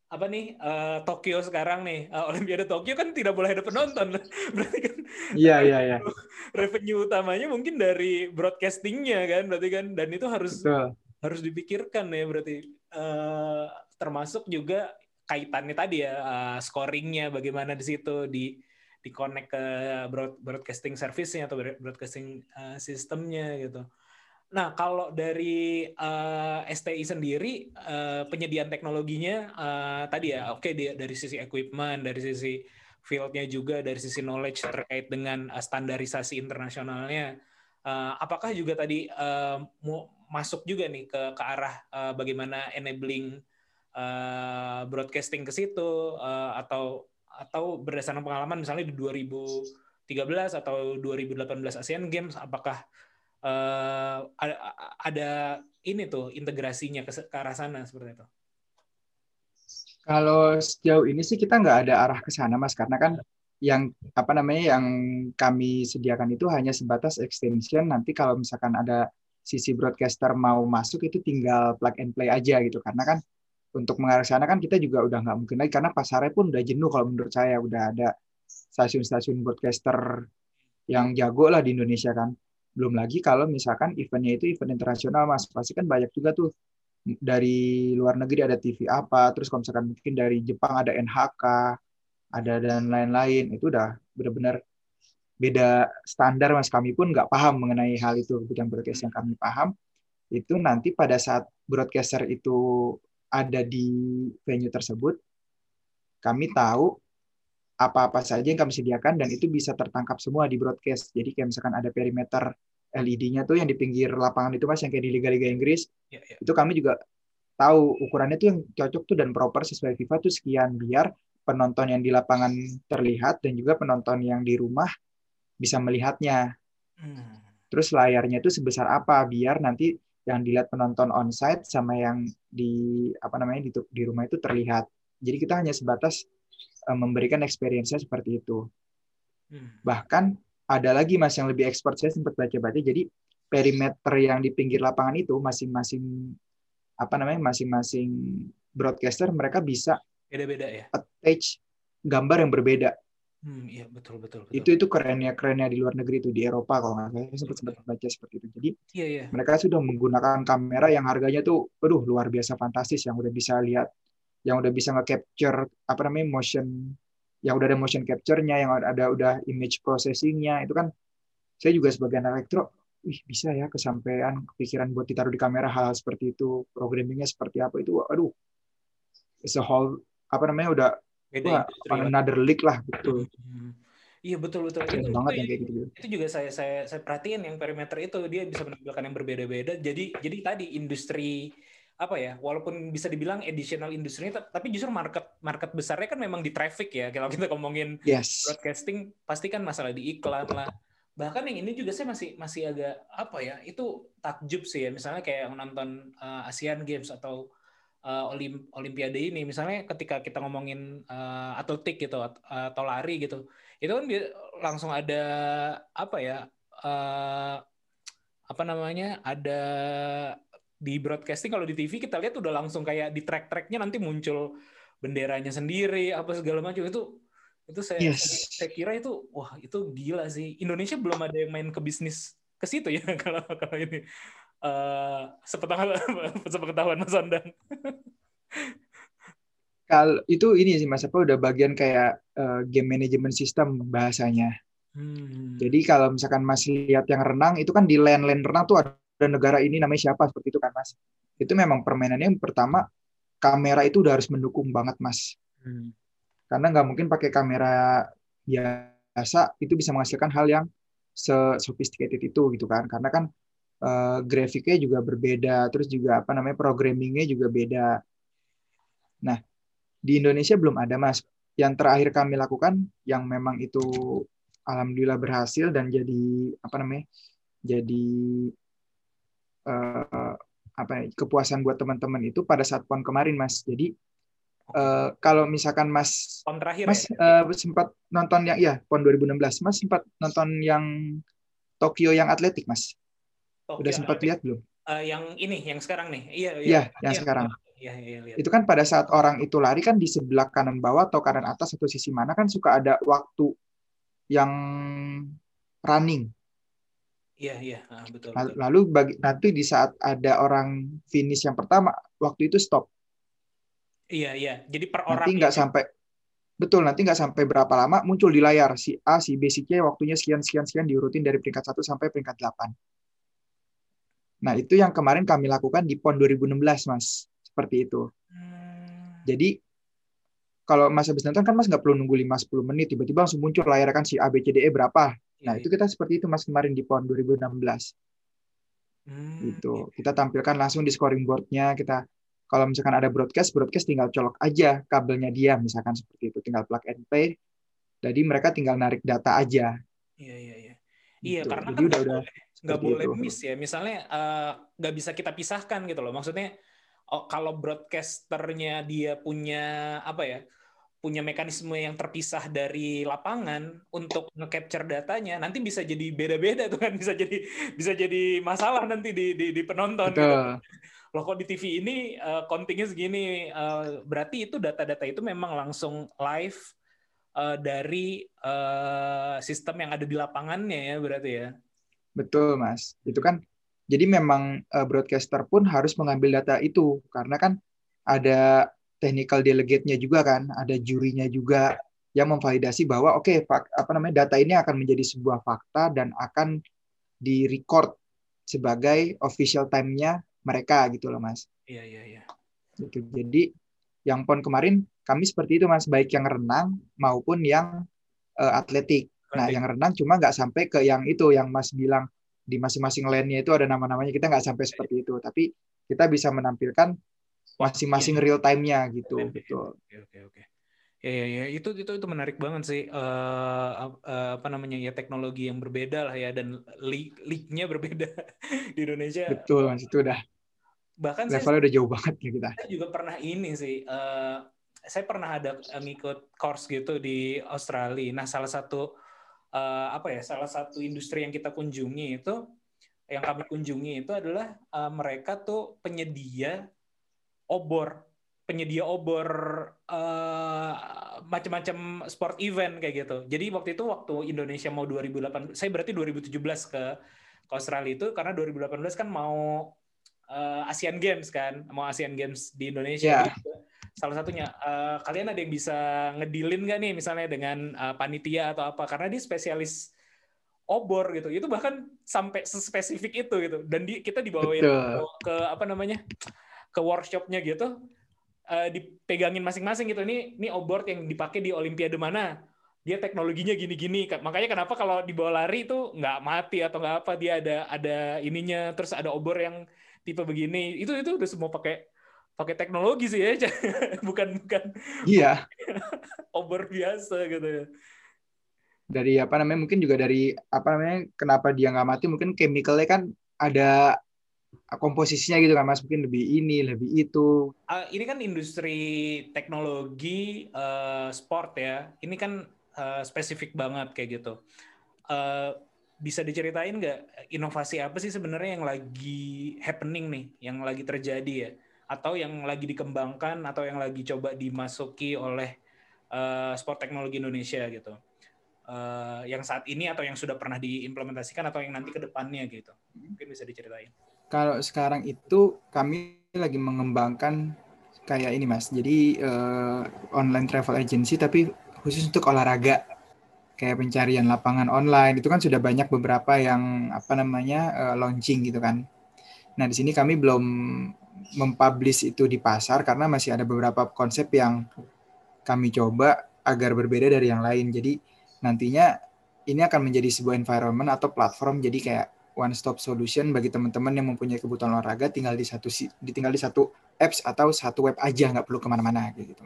apa nih uh, Tokyo sekarang nih uh, Olimpiade Tokyo kan tidak boleh ada penonton, berarti kan Iya iya iya. revenue utamanya mungkin dari broadcastingnya kan, berarti kan, dan itu harus Betul. harus dipikirkan ya berarti, uh, termasuk juga kaitannya tadi ya, uh, scoringnya bagaimana di situ di di connect ke broad, broadcasting service-nya atau broadcasting uh, sistemnya gitu. Nah, kalau dari uh, S T I sendiri, uh, penyediaan teknologinya uh, tadi ya, oke okay, dari sisi equipment, dari sisi field-nya juga, dari sisi knowledge terkait dengan uh, standarisasi internasionalnya, uh, apakah juga tadi uh, mau masuk juga nih ke ke arah uh, bagaimana enabling uh, broadcasting ke situ, uh, atau atau berdasarkan pengalaman misalnya di dua ribu tiga belas atau dua ribu delapan belas Asian Games, apakah Uh, ada, ada ini tuh integrasinya ke, ke arah sana seperti itu? Kalau sejauh ini sih kita nggak ada arah ke sana, Mas, karena kan yang apa namanya yang kami sediakan itu hanya sebatas extension. Nanti kalau misalkan ada sisi broadcaster mau masuk itu tinggal plug and play aja gitu. Karena kan untuk mengarah sana kan kita juga udah nggak mungkin lagi karena pasarnya pun udah jenuh kalau menurut saya, udah ada stasiun-stasiun broadcaster yang jago lah di Indonesia kan. Belum lagi kalau misalkan eventnya itu event internasional, Mas. Pasti kan banyak juga tuh dari luar negeri ada T V apa, terus kalau misalkan mungkin dari Jepang ada N H K, ada dan lain-lain. Itu udah benar-benar beda standar, Mas. Kami pun nggak paham mengenai hal itu. Bidang broadcast yang kami paham, itu nanti pada saat broadcaster itu ada di venue tersebut, kami tahu apa-apa saja yang kami sediakan dan itu bisa tertangkap semua di broadcast. Jadi kayak misalkan ada perimeter L E D-nya tuh yang di pinggir lapangan itu, Mas, yang kayak di Liga-Liga Inggris, ya, ya. Itu kami juga tahu ukurannya tuh yang cocok tuh dan proper sesuai FIFA tuh sekian, biar penonton yang di lapangan terlihat dan juga penonton yang di rumah bisa melihatnya. Hmm. Terus layarnya itu sebesar apa biar nanti yang dilihat penonton onsite sama yang di apa namanya di, di rumah itu terlihat. Jadi kita hanya sebatas memberikan experience-nya seperti itu. Hmm. Bahkan ada lagi, Mas, yang lebih expert, saya sempat baca-baca. Jadi perimeter yang di pinggir lapangan itu masing-masing apa namanya masing-masing broadcaster mereka bisa beda-beda ya. Attach gambar yang berbeda. Hmm, iya betul betul. betul. Itu itu kerennya kerennya di luar negeri itu di Eropa kalau nggak salah. Saya sempat sempat baca seperti itu. Jadi iya, iya. mereka sudah menggunakan kamera yang harganya tuh, aduh luar biasa fantastis, yang udah bisa lihat, yang udah bisa nge-capture apa namanya motion, yang udah ada motion capture-nya, yang ada, ada udah image processing-nya. Itu kan saya juga sebagai anak elektro, wih bisa ya kesampaian kepikiran buat ditaruh di kamera hal seperti itu, programmingnya seperti apa itu, aduh, it's a whole apa namanya udah wah, another league lah betul. Hmm. Iya betul betul. Itu, banget yang kayak gitu. Itu juga saya saya saya perhatiin yang perimeter itu dia bisa menampilkan yang berbeda-beda. Jadi jadi tadi industri apa ya, walaupun bisa dibilang additional industrinya, tapi justru market market besarnya kan memang di traffic ya. Kalau kita ngomongin yes. broadcasting, pasti kan masalah di iklan lah. Bahkan yang ini juga saya masih masih agak apa ya, itu takjub sih ya. Misalnya kayak yang nonton uh, Asian Games atau uh, Olim, Olimpiade ini, misalnya ketika kita ngomongin uh, atletik gitu atau lari gitu, itu kan langsung ada apa ya, uh, apa namanya, ada di broadcasting. Kalau di T V kita lihat udah langsung kayak di track-tracknya nanti muncul benderanya sendiri apa segala macam. Itu itu saya, yes. saya saya kira itu wah itu gila sih. Indonesia belum ada yang main ke bisnis ke situ ya kalau kalau ini uh, sepengetahuan sepengetahuan Mas Ondang. Kalau itu ini sih Mas, apa udah bagian kayak uh, game management system bahasanya. Hmm. Jadi kalau misalkan Mas lihat yang renang itu kan di land-land renang tuh ada negara ini namanya siapa seperti itu kan Mas. Itu memang permainannya yang pertama kamera itu udah harus mendukung banget Mas. Hmm. Karena nggak mungkin pakai kamera biasa itu bisa menghasilkan hal yang sophisticated itu gitu kan. Karena kan uh, grafiknya juga berbeda, terus juga apa namanya programmingnya juga beda. Nah di Indonesia belum ada Mas. Yang terakhir kami lakukan yang memang itu alhamdulillah berhasil dan jadi apa namanya jadi uh, apa ya, kepuasan buat teman-teman itu pada saat PON kemarin Mas. Jadi Uh, kalau misalkan Mas, PON terakhir Mas ya? uh, sempat nonton yang, ya PON dua ribu enam belas, Mas sempat nonton yang Tokyo yang atletik Mas? Tokyo Udah sempat lihat belum? Uh, yang ini, yang sekarang nih? Iya, iya. Iya, yang iya. sekarang. Iya, iya, lihat. Itu kan pada saat orang itu lari kan di sebelah kanan bawah atau kanan atas atau sisi mana kan suka ada waktu yang running. Iya, iya, ah, betul, Lal- betul. Lalu bagi, nanti di saat ada orang finish yang pertama, waktu itu stop. Iya, iya. Jadi per Nanti orangnya nggak ya. sampai, betul, nanti nggak sampai berapa lama muncul di layar si A, si B, si C, waktunya sekian, sekian, sekian, diurutin dari peringkat satu sampai peringkat delapan. Nah, itu yang kemarin kami lakukan di PON dua ribu enam belas, Mas. Seperti itu. Hmm, Jadi, kalau Mas habis nonton kan Mas nggak perlu nunggu lima sampai sepuluh menit, tiba-tiba langsung muncul layar kan si A, B, C, D, E berapa. iya, Nah, iya. itu kita seperti itu Mas kemarin di PON dua ribu enam belas. Hmm, iya. Gitu. Kita tampilkan langsung di scoring board-nya, kita kalau misalkan ada broadcast, broadcast tinggal colok aja kabelnya dia, misalkan seperti itu, tinggal plug and play. Jadi mereka tinggal narik data aja. Iya, iya, iya. Iya, Gitu. karena Jadi kan udah nggak udah boleh nggak seperti boleh itu. miss ya. Misalnya eh, nggak bisa kita pisahkan gitu loh. Maksudnya oh, kalau broadcasternya dia punya apa ya, punya mekanisme yang terpisah dari lapangan untuk nge-capture datanya, nanti bisa jadi beda-beda tuh kan, bisa jadi bisa jadi masalah nanti di di, di penonton gitu. Betul. Loh kok di T V ini uh, countingnya segini, uh, berarti itu data-data itu memang langsung live uh, dari uh, sistem yang ada di lapangannya ya berarti ya. Betul, Mas. Itu kan jadi memang uh, broadcaster pun harus mengambil data itu karena kan ada technical delegate-nya juga kan, ada jurinya juga yang memvalidasi bahwa oke, okay, apa namanya data ini akan menjadi sebuah fakta dan akan di-record sebagai official time-nya mereka gitu loh, Mas. Iya, iya, iya. Gitu. Jadi yang PON kemarin kami seperti itu, Mas, baik yang renang maupun yang uh, atletik. Nah, yang renang cuma nggak sampai ke yang itu, yang Mas bilang di masing-masing lane-nya itu ada nama-namanya, kita nggak sampai seperti itu. Tapi kita bisa menampilkan masing-masing real time-nya gitu, betul. Oke, oke, oke. Ya, ya, ya. Itu, itu, itu menarik banget sih. Uh, uh, apa namanya ya, teknologi yang berbeda lah ya, dan league-nya berbeda di Indonesia. Betul, Mas, itu udah Bahkan saya, levelnya udah jauh banget ya kita. saya juga pernah ini sih, uh, saya pernah ada ngikut course gitu di Australia. Nah, salah satu uh, apa ya, salah satu industri yang kita kunjungi itu, yang kami kunjungi itu adalah uh, mereka tuh penyedia obor, penyedia obor uh, macam-macam sport event kayak gitu. Jadi waktu itu waktu Indonesia mau dua ribu delapan belas, saya berarti dua ribu tujuh belas ke ke Australia itu karena dua ribu delapan belas kan mau uh, Asian Games kan, mau Asian Games di Indonesia. Yeah. Jadi salah satunya uh, kalian ada yang bisa ngedilin nggak nih misalnya dengan uh, panitia atau apa, karena dia spesialis obor gitu. Itu bahkan sampai sespesifik itu gitu. Dan di, kita dibawain ke, ke apa namanya? ke workshopnya gitu, uh, dipegangin masing-masing gitu. Ini ini obor yang dipakai di Olimpiade mana? Dia teknologinya gini-gini. Makanya kenapa kalau dibawa lari itu nggak mati atau nggak apa, dia ada ada ininya, terus ada obor yang tipe begini. Itu itu udah semua pakai pakai teknologi sih ya, bukan bukan iya. obor biasa gitu. Dari apa namanya, mungkin juga dari apa namanya, kenapa dia nggak mati, mungkin chemicalnya kan ada komposisinya gitu kan, Mas, mungkin lebih ini, lebih itu. Uh, ini kan industri teknologi uh, sport ya, ini kan uh, spesifik banget kayak gitu. Uh, bisa diceritain nggak inovasi apa sih sebenarnya yang lagi happening nih, yang lagi terjadi ya, atau yang lagi dikembangkan atau yang lagi coba dimasuki oleh uh, sport teknologi Indonesia gitu, uh, yang saat ini atau yang sudah pernah diimplementasikan atau yang nanti ke depannya gitu, mungkin bisa diceritain. Kalau sekarang itu kami lagi mengembangkan kayak ini, Mas. Jadi uh, online travel agency tapi khusus untuk olahraga. Kayak pencarian lapangan online itu kan sudah banyak beberapa yang apa namanya uh, launching gitu kan. Nah, di sini kami belum mempublish itu di pasar karena masih ada beberapa konsep yang kami coba agar berbeda dari yang lain. Jadi nantinya ini akan menjadi sebuah environment atau platform, jadi kayak one stop solution bagi teman-teman yang mempunyai kebutuhan olahraga, tinggal di satu ditinggal di satu apps atau satu web aja, nggak perlu kemana-mana gitu.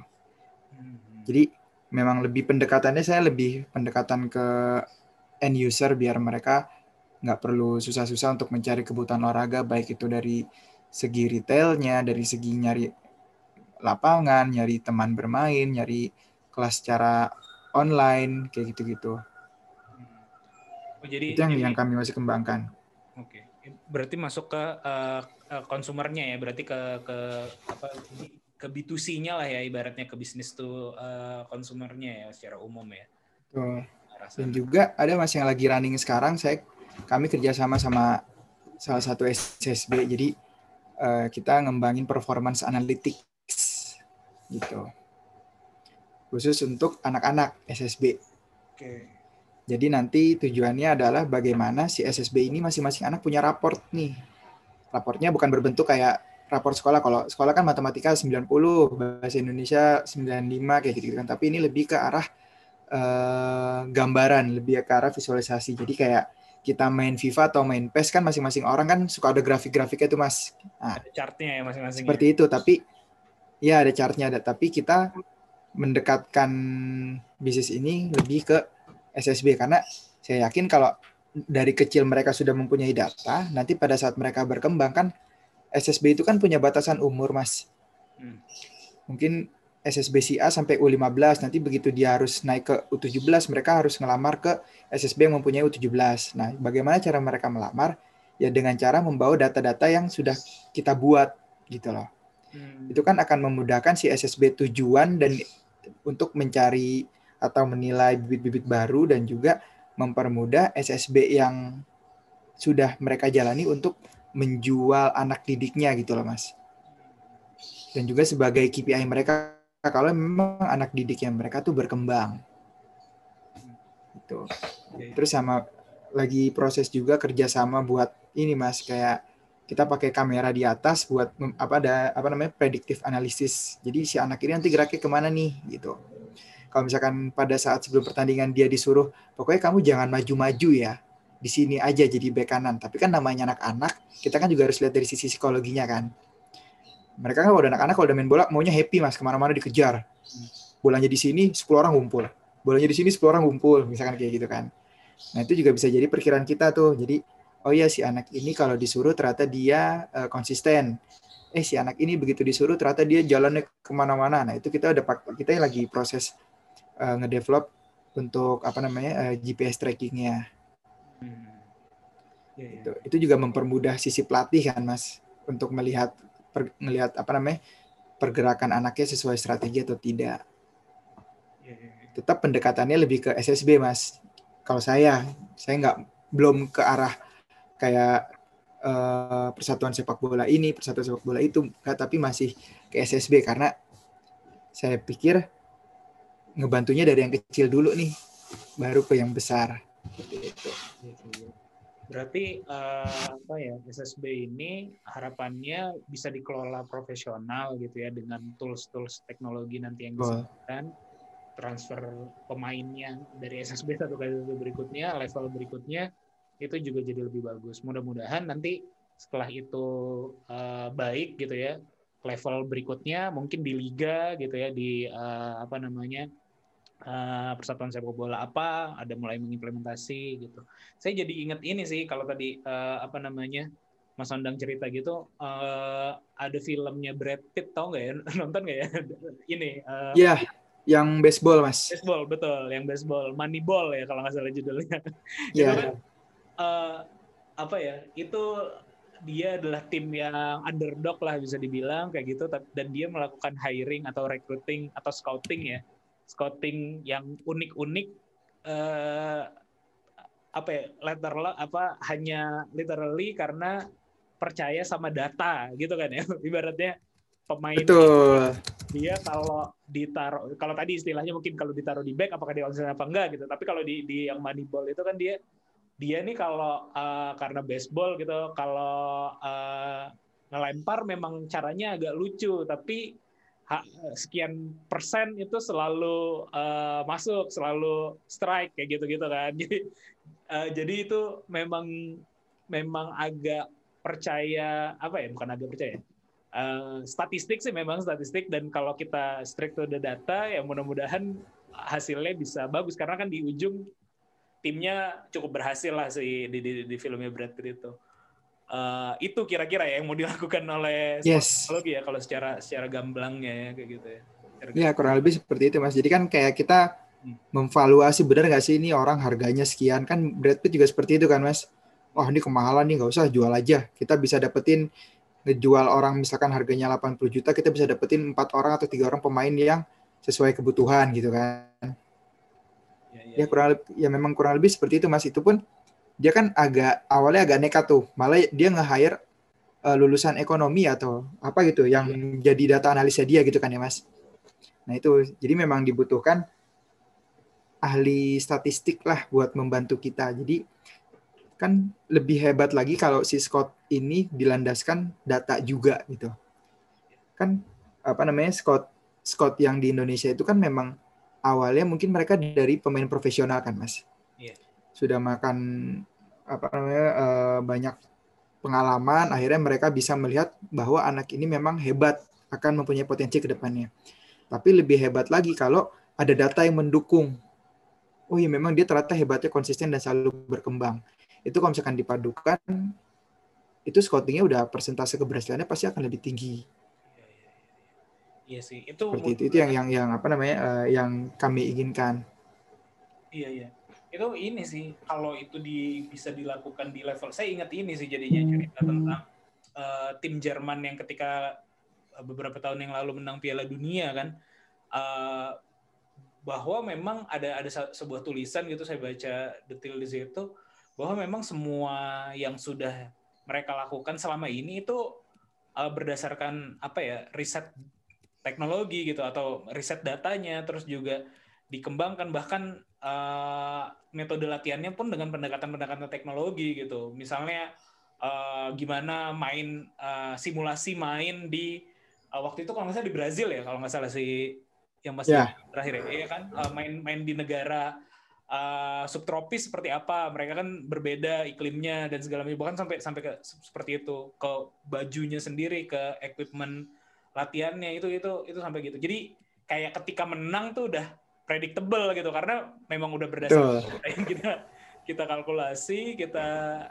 Jadi memang lebih pendekatannya, saya lebih pendekatan ke end user biar mereka nggak perlu susah-susah untuk mencari kebutuhan olahraga, baik itu dari segi retailnya, dari segi nyari lapangan, nyari teman bermain, nyari kelas secara online, kayak gitu-gitu. Oh, jadi, itu yang jadi, yang kami masih kembangkan. Oke, berarti masuk ke uh, konsumernya ya, berarti ke ke apa ke B dua C-nya lah ya, ibaratnya ke bisnis tuh uh, konsumernya ya secara umum ya. Tuh. Dan juga ada mas yang lagi running sekarang, saya kami kerjasama sama salah satu S S B, jadi uh, kita ngembangin performance analytics gitu, khusus untuk anak-anak S S B. Oke. Jadi nanti tujuannya adalah bagaimana si S S B ini masing-masing anak punya raport nih. Raportnya bukan berbentuk kayak raport sekolah. Kalau sekolah kan matematika sembilan puluh, bahasa Indonesia sembilan puluh lima kayak gitu kan. Tapi ini lebih ke arah uh, gambaran, lebih ke arah visualisasi. Jadi kayak kita main FIFA atau main P E S kan masing-masing orang kan suka ada grafik-grafiknya tuh mas. Nah, ada chartnya ya masing-masing. Seperti ya? Itu, tapi ya ada chartnya ada. Tapi kita mendekatkan bisnis ini lebih ke S S B karena saya yakin kalau dari kecil mereka sudah mempunyai data, nanti pada saat mereka berkembang kan S S B itu kan punya batasan umur mas. Hmm. Mungkin S S B si A sampai U lima belas, nanti begitu dia harus naik ke U tujuh belas, mereka harus ngelamar ke S S B yang mempunyai U tujuh belas. Nah, bagaimana cara mereka melamar? Ya dengan cara membawa data-data yang sudah kita buat gitu loh. Hmm. Itu kan akan memudahkan si S S B tujuan dan untuk mencari atau menilai bibit-bibit baru dan juga mempermudah S S B yang sudah mereka jalani untuk menjual anak didiknya gitu loh mas. Dan juga sebagai K P I mereka kalau memang anak didiknya mereka tuh berkembang. Gitu. Terus sama lagi proses juga kerjasama buat ini mas, kayak kita pakai kamera di atas buat apa ada apa namanya predictive analysis. Jadi si anak ini nanti geraknya kemana nih gitu. Kalau misalkan pada saat sebelum pertandingan dia disuruh, pokoknya kamu jangan maju-maju ya, di sini aja jadi bek kanan. Tapi kan namanya anak-anak, kita kan juga harus lihat dari sisi psikologinya kan. Mereka kan kalau udah anak-anak, kalau udah main bola, maunya happy mas, kemana-mana dikejar. Bolanya di sini, sepuluh orang ngumpul. Bolanya di sini, sepuluh orang ngumpul, misalkan kayak gitu kan. Nah itu juga bisa jadi perkiraan kita tuh. Jadi, oh ya si anak ini kalau disuruh ternyata dia uh, konsisten. Eh si anak ini begitu disuruh ternyata dia jalannya kemana-mana. Nah itu kita udah kita lagi proses Uh, ngedevelop untuk apa namanya uh, G P S trackingnya. Hmm. Yeah, yeah. Itu, itu juga mempermudah sisi pelatih kan mas untuk melihat per, melihat apa namanya pergerakan anaknya sesuai strategi atau tidak. Yeah, yeah, yeah. Tetap pendekatannya lebih ke S S B mas. Kalau saya, saya nggak belum ke arah kayak uh, persatuan sepak bola ini, persatuan sepak bola itu, nggak, tapi masih ke S S B karena saya pikir ngebantunya dari yang kecil dulu nih, baru ke yang besar. Gitu. Berarti uh, apa ya S S B ini harapannya bisa dikelola profesional gitu ya dengan tools-tools teknologi nanti yang disediakan, transfer pemainnya dari S S B satu ke S S B berikutnya, level berikutnya itu juga jadi lebih bagus. Mudah-mudahan nanti setelah itu uh, baik gitu ya, level berikutnya mungkin di liga gitu ya, di uh, apa namanya uh, persatuan sepak bola apa ada mulai mengimplementasi gitu. Saya jadi ingat ini sih kalau tadi uh, apa namanya Mas Ondang cerita gitu, uh, ada filmnya Brad Pitt, tau nggak ya, nonton nggak ya ini? Uh, Iya, yang baseball mas. Baseball betul, yang baseball, Moneyball ya kalau nggak salah judulnya. Iya. Kan, uh, apa ya itu dia adalah tim yang underdog lah bisa dibilang kayak gitu, dan dia melakukan hiring atau recruiting atau scouting ya, scouting yang unik-unik, eh, apa ya, literal apa hanya literally karena percaya sama data gitu kan ya, ibaratnya pemain Betul. Dia kalau ditaruh, kalau tadi istilahnya mungkin kalau ditaruh di back apakah dia konsisten apa enggak gitu, tapi kalau di di yang Moneyball itu kan dia dia nih kalau uh, karena baseball gitu, kalau uh, ngelempar memang caranya agak lucu, tapi ha, sekian persen itu selalu uh, masuk, selalu strike kayak gitu-gitu kan. Jadi uh, jadi itu memang memang agak percaya apa ya, bukan agak percaya. Uh, statistik sih memang statistik, dan kalau kita strict to the data ya mudah-mudahan hasilnya bisa bagus karena kan di ujung timnya cukup berhasil lah sih di, di, di filmnya Brad Pitt itu. Uh, itu kira-kira ya yang mau dilakukan oleh yes. teknologi ya kalau secara secara gamblangnya ya kayak gitu ya. Ya kurang lebih seperti itu mas. Jadi kan kayak kita hmm. memvaluasi benar nggak sih ini orang harganya sekian, kan Brad Pitt juga seperti itu kan mas. wah ini kemahalan nih, nggak usah jual aja. Kita bisa dapetin ngejual orang misalkan harganya delapan puluh juta, kita bisa dapetin empat orang atau tiga orang pemain yang sesuai kebutuhan gitu kan. Ya, ya, Ya ya. kurang lebih, ya memang kurang lebih seperti itu Mas. Itu pun dia kan agak awalnya agak nekat tuh. Malah dia nge-hire uh, lulusan ekonomi atau apa gitu yang jadi data analisa dia gitu kan ya Mas. Nah itu jadi memang dibutuhkan ahli statistik lah buat membantu kita. Jadi kan lebih hebat lagi kalau si Scott ini dilandaskan data juga gitu. Kan apa namanya Scott Scott yang di Indonesia itu kan memang awalnya mungkin mereka dari pemain profesional kan Mas. Iya. Sudah makan apa namanya uh, banyak pengalaman, akhirnya mereka bisa melihat bahwa anak ini memang hebat, akan mempunyai potensi ke depannya. Tapi lebih hebat lagi kalau ada data yang mendukung. Oh iya memang dia ternyata hebatnya konsisten dan selalu berkembang. Itu kalau misalkan dipadukan, itu scoutingnya udah persentase keberhasilannya pasti akan lebih tinggi. Iya sih, itu Seperti itu, itu yang yang yang apa namanya uh, yang kami inginkan. Iya iya, itu ini sih kalau itu di, bisa dilakukan di level. Saya ingat ini sih jadinya cerita tentang uh, tim Jerman yang ketika beberapa tahun yang lalu menang Piala Dunia kan. Uh, bahwa memang ada ada sebuah tulisan gitu, saya baca detail di situ bahwa memang semua yang sudah mereka lakukan selama ini itu uh, berdasarkan apa ya, riset teknologi gitu atau riset datanya, terus juga dikembangkan bahkan uh, metode latihannya pun dengan pendekatan-pendekatan teknologi gitu. Misalnya uh, gimana main uh, simulasi main di uh, waktu itu kalau nggak salah di Brazil ya, kalau nggak salah si yang masih yeah. terakhir ya, iya kan uh, main-main di negara uh, subtropis seperti apa, mereka kan berbeda iklimnya dan segala macam, bahkan sampai sampai ke seperti itu, ke bajunya sendiri, ke equipment latihannya itu itu itu sampai gitu. Jadi kayak ketika menang tuh udah predictable gitu karena memang udah berdasarkan yang kita kita kalkulasi, kita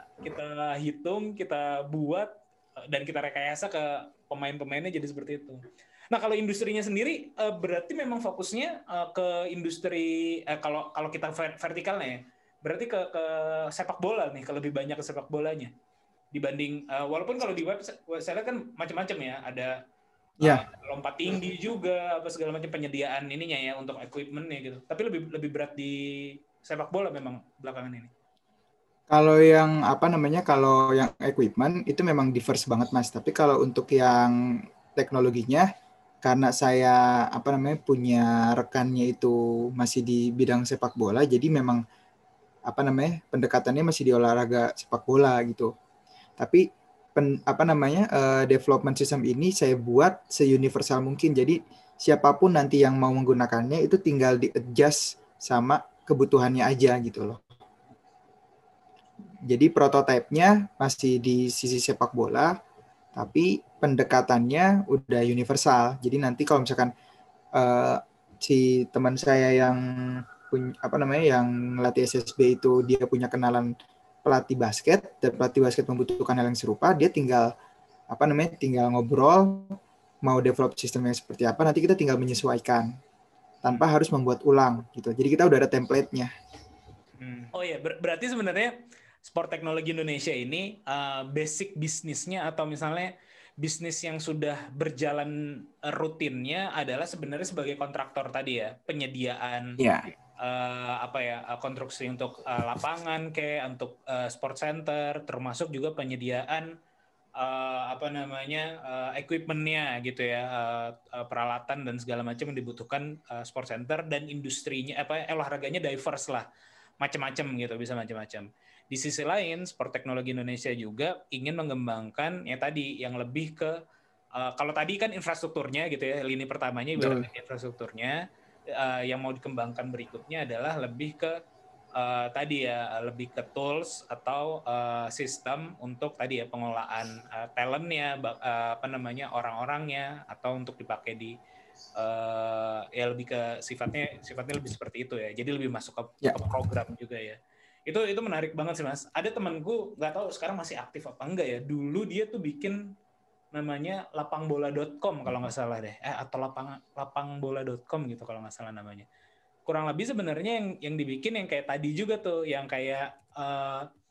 kita hitung, kita buat dan kita rekayasa ke pemain-pemainnya jadi seperti itu. Nah kalau industrinya sendiri berarti memang fokusnya ke industri eh, kalau kalau kita vertikalnya ya, berarti ke ke sepak bola nih, ke lebih banyak ke sepak bolanya dibanding uh, walaupun kalau di web saya lihat kan macam-macam ya, ada yeah. uh, lompat tinggi juga apa segala macam penyediaan ininya ya untuk equipment-nya gitu. Tapi lebih lebih berat di sepak bola memang belakangan ini. Kalau yang apa namanya kalau yang equipment itu memang diverse banget Mas. Tapi kalau untuk yang teknologinya, karena saya apa namanya punya rekannya itu masih di bidang sepak bola, jadi memang apa namanya pendekatannya masih di olahraga sepak bola gitu. Tapi pen, apa namanya uh, development system ini saya buat se-universal mungkin. Jadi siapapun nanti yang mau menggunakannya itu tinggal di-adjust sama kebutuhannya aja gitu loh. Jadi prototipenya masih di sisi sepak bola, tapi pendekatannya udah universal. Jadi nanti kalau misalkan uh, si teman saya yang punya apa namanya yang latih S S B itu dia punya kenalan pelatih basket dan pelatih basket membutuhkan hal yang serupa, dia tinggal apa namanya tinggal ngobrol mau develop sistemnya seperti apa, nanti kita tinggal menyesuaikan tanpa harus membuat ulang gitu. Jadi kita udah ada template-nya. Hmm. Oh iya, ber- berarti sebenarnya Sport Teknologi Indonesia ini uh, basic bisnisnya atau misalnya bisnis yang sudah berjalan rutinnya adalah sebenarnya sebagai kontraktor tadi ya, penyediaan yeah. uh, apa ya konstruksi untuk uh, lapangan kayak untuk uh, sport center, termasuk juga penyediaan uh, apa namanya uh, equipment-nya gitu ya, uh, uh, peralatan dan segala macam yang dibutuhkan uh, sport center, dan industrinya apa olahraganya diverse lah, macam-macam gitu, bisa macam-macam. Di sisi lain, Sport Teknologi Indonesia juga ingin mengembangkan ya tadi yang lebih ke uh, kalau tadi kan infrastrukturnya gitu ya, lini pertamanya ibaratnya infrastrukturnya, uh, yang mau dikembangkan berikutnya adalah lebih ke uh, tadi ya lebih ke tools atau uh, sistem untuk tadi ya pengelolaan uh, talentnya, uh, apa namanya orang-orangnya, atau untuk dipakai di uh, ya lebih ke sifatnya sifatnya lebih seperti itu ya. Jadi lebih masuk ke, yeah. ke program juga ya. Itu itu menarik banget sih Mas. Ada temanku, nggak tahu sekarang masih aktif apa enggak ya. Dulu dia tuh bikin namanya lapangbola dot com kalau nggak salah deh. Eh atau lapang lapangbola dot com gitu kalau nggak salah namanya. Kurang lebih sebenarnya yang yang dibikin yang kayak tadi juga tuh, yang kayak uh,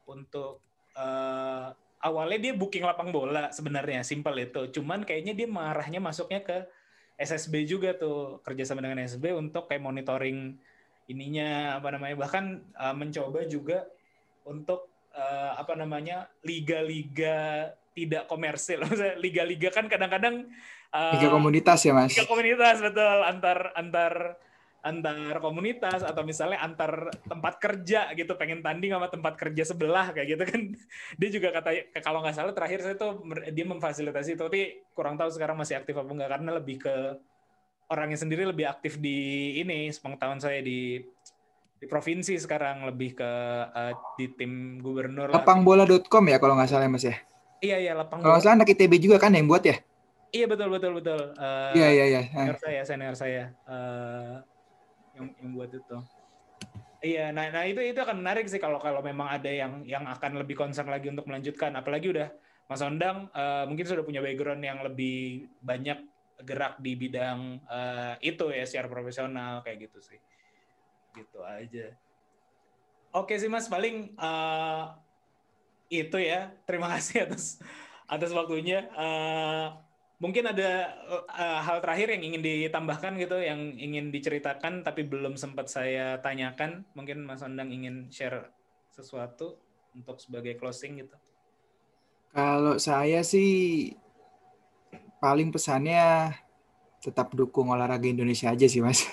untuk uh, awalnya dia booking lapang bola sebenarnya, simple itu. Cuman kayaknya dia marahnya masuknya ke S S B juga tuh, kerjasama dengan S S B untuk kayak monitoring ininya apa namanya, bahkan uh, mencoba juga untuk uh, apa namanya liga-liga tidak komersil. Maksudnya liga-liga kan kadang-kadang uh, Liga komunitas ya Mas. liga komunitas betul, antar antar antar komunitas atau misalnya antar tempat kerja gitu, pengen tanding sama tempat kerja sebelah kayak gitu kan. Dia juga kata kalau nggak salah terakhir saya tuh dia memfasilitasi itu, tapi kurang tahu sekarang masih aktif apa enggak karena lebih ke orangnya sendiri lebih aktif di ini, sepengetahuan saya di di provinsi sekarang, lebih ke uh, di tim gubernur lah. lapangbola dot com ya kalau nggak salah Mas ya. Iya iya lapang Kalau nggak salah anak I T B juga kan yang buat ya. Iya betul betul betul. Uh, Iya iya iya. Senior saya senior saya. Uh, yang yang buat itu. Iya, nah nah itu itu akan menarik sih kalau kalau memang ada yang yang akan lebih concern lagi untuk melanjutkan, apalagi udah Mas Ondang uh, mungkin sudah punya background yang lebih banyak gerak di bidang uh, itu ya secara profesional kayak gitu sih. Gitu aja. Oke sih Mas, paling uh, itu ya. Terima kasih atas atas waktunya. Uh, Mungkin ada uh, hal terakhir yang ingin ditambahkan gitu, yang ingin diceritakan tapi belum sempat saya tanyakan. Mungkin Mas Ondang ingin share sesuatu untuk sebagai closing gitu. Kalau saya sih paling pesannya tetap dukung olahraga Indonesia aja sih Mas.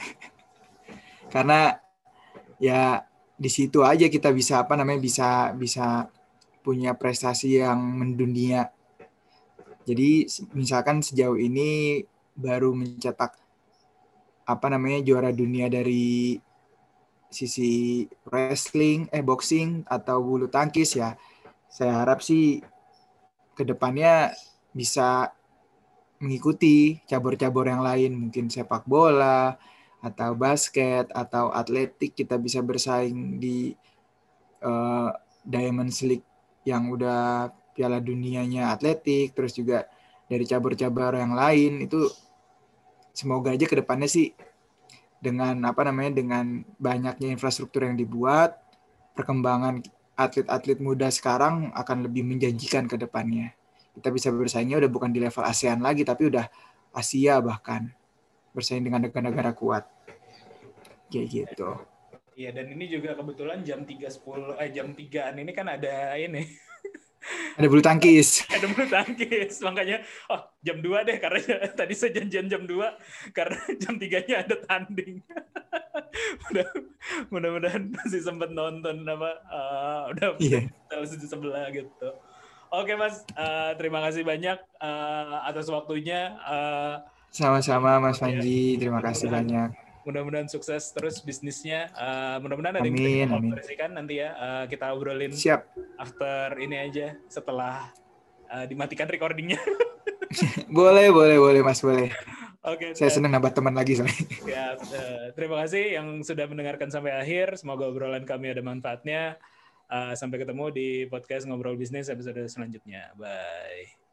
Karena ya di situ aja kita bisa apa namanya bisa bisa punya prestasi yang mendunia. Jadi misalkan sejauh ini baru mencetak apa namanya juara dunia dari sisi wrestling, eh boxing atau bulu tangkis ya. Saya harap sih kedepannya bisa mengikuti cabur-cabur yang lain, mungkin sepak bola atau basket atau atletik, kita bisa bersaing di uh, Diamond League yang udah Piala Dunianya atletik, terus juga dari cabur-cabur yang lain. Itu semoga aja ke depannya sih dengan apa namanya dengan banyaknya infrastruktur yang dibuat, perkembangan atlet-atlet muda sekarang akan lebih menjanjikan ke depannya. Kita bisa bersaingnya udah bukan di level ASEAN lagi, tapi udah Asia bahkan, bersaing dengan negara-negara kuat. Kayak gitu. Iya, dan ini juga kebetulan jam tiga sepuluh eh jam tigaan ini kan ada ini. Ada bulu tangkis. Ada bulu tangkis, makanya oh jam dua deh karena tadi saya janjian jam dua karena jam tiganya ada tanding. Mudah, mudah-mudahan masih sempat nonton apa uh, udah Iya. televisi sebelah gitu. Oke Mas, uh, terima kasih banyak uh, atas waktunya. Uh, Sama-sama Mas Panji, terima kasih banyak. Mudah-mudahan sukses terus bisnisnya. Uh, mudah-mudahan ada Amin, yang amin. bisa nanti ya. Uh, kita obrolin Siap. after ini aja setelah uh, dimatikan recordingnya. Boleh, boleh, boleh Mas, boleh. Oke. Saya senang nambah teman lagi soalnya. Ya, uh, terima kasih yang sudah mendengarkan sampai akhir. Semoga obrolan kami ada manfaatnya. Uh, sampai ketemu di podcast Ngobrol Bisnis episode selanjutnya. Bye.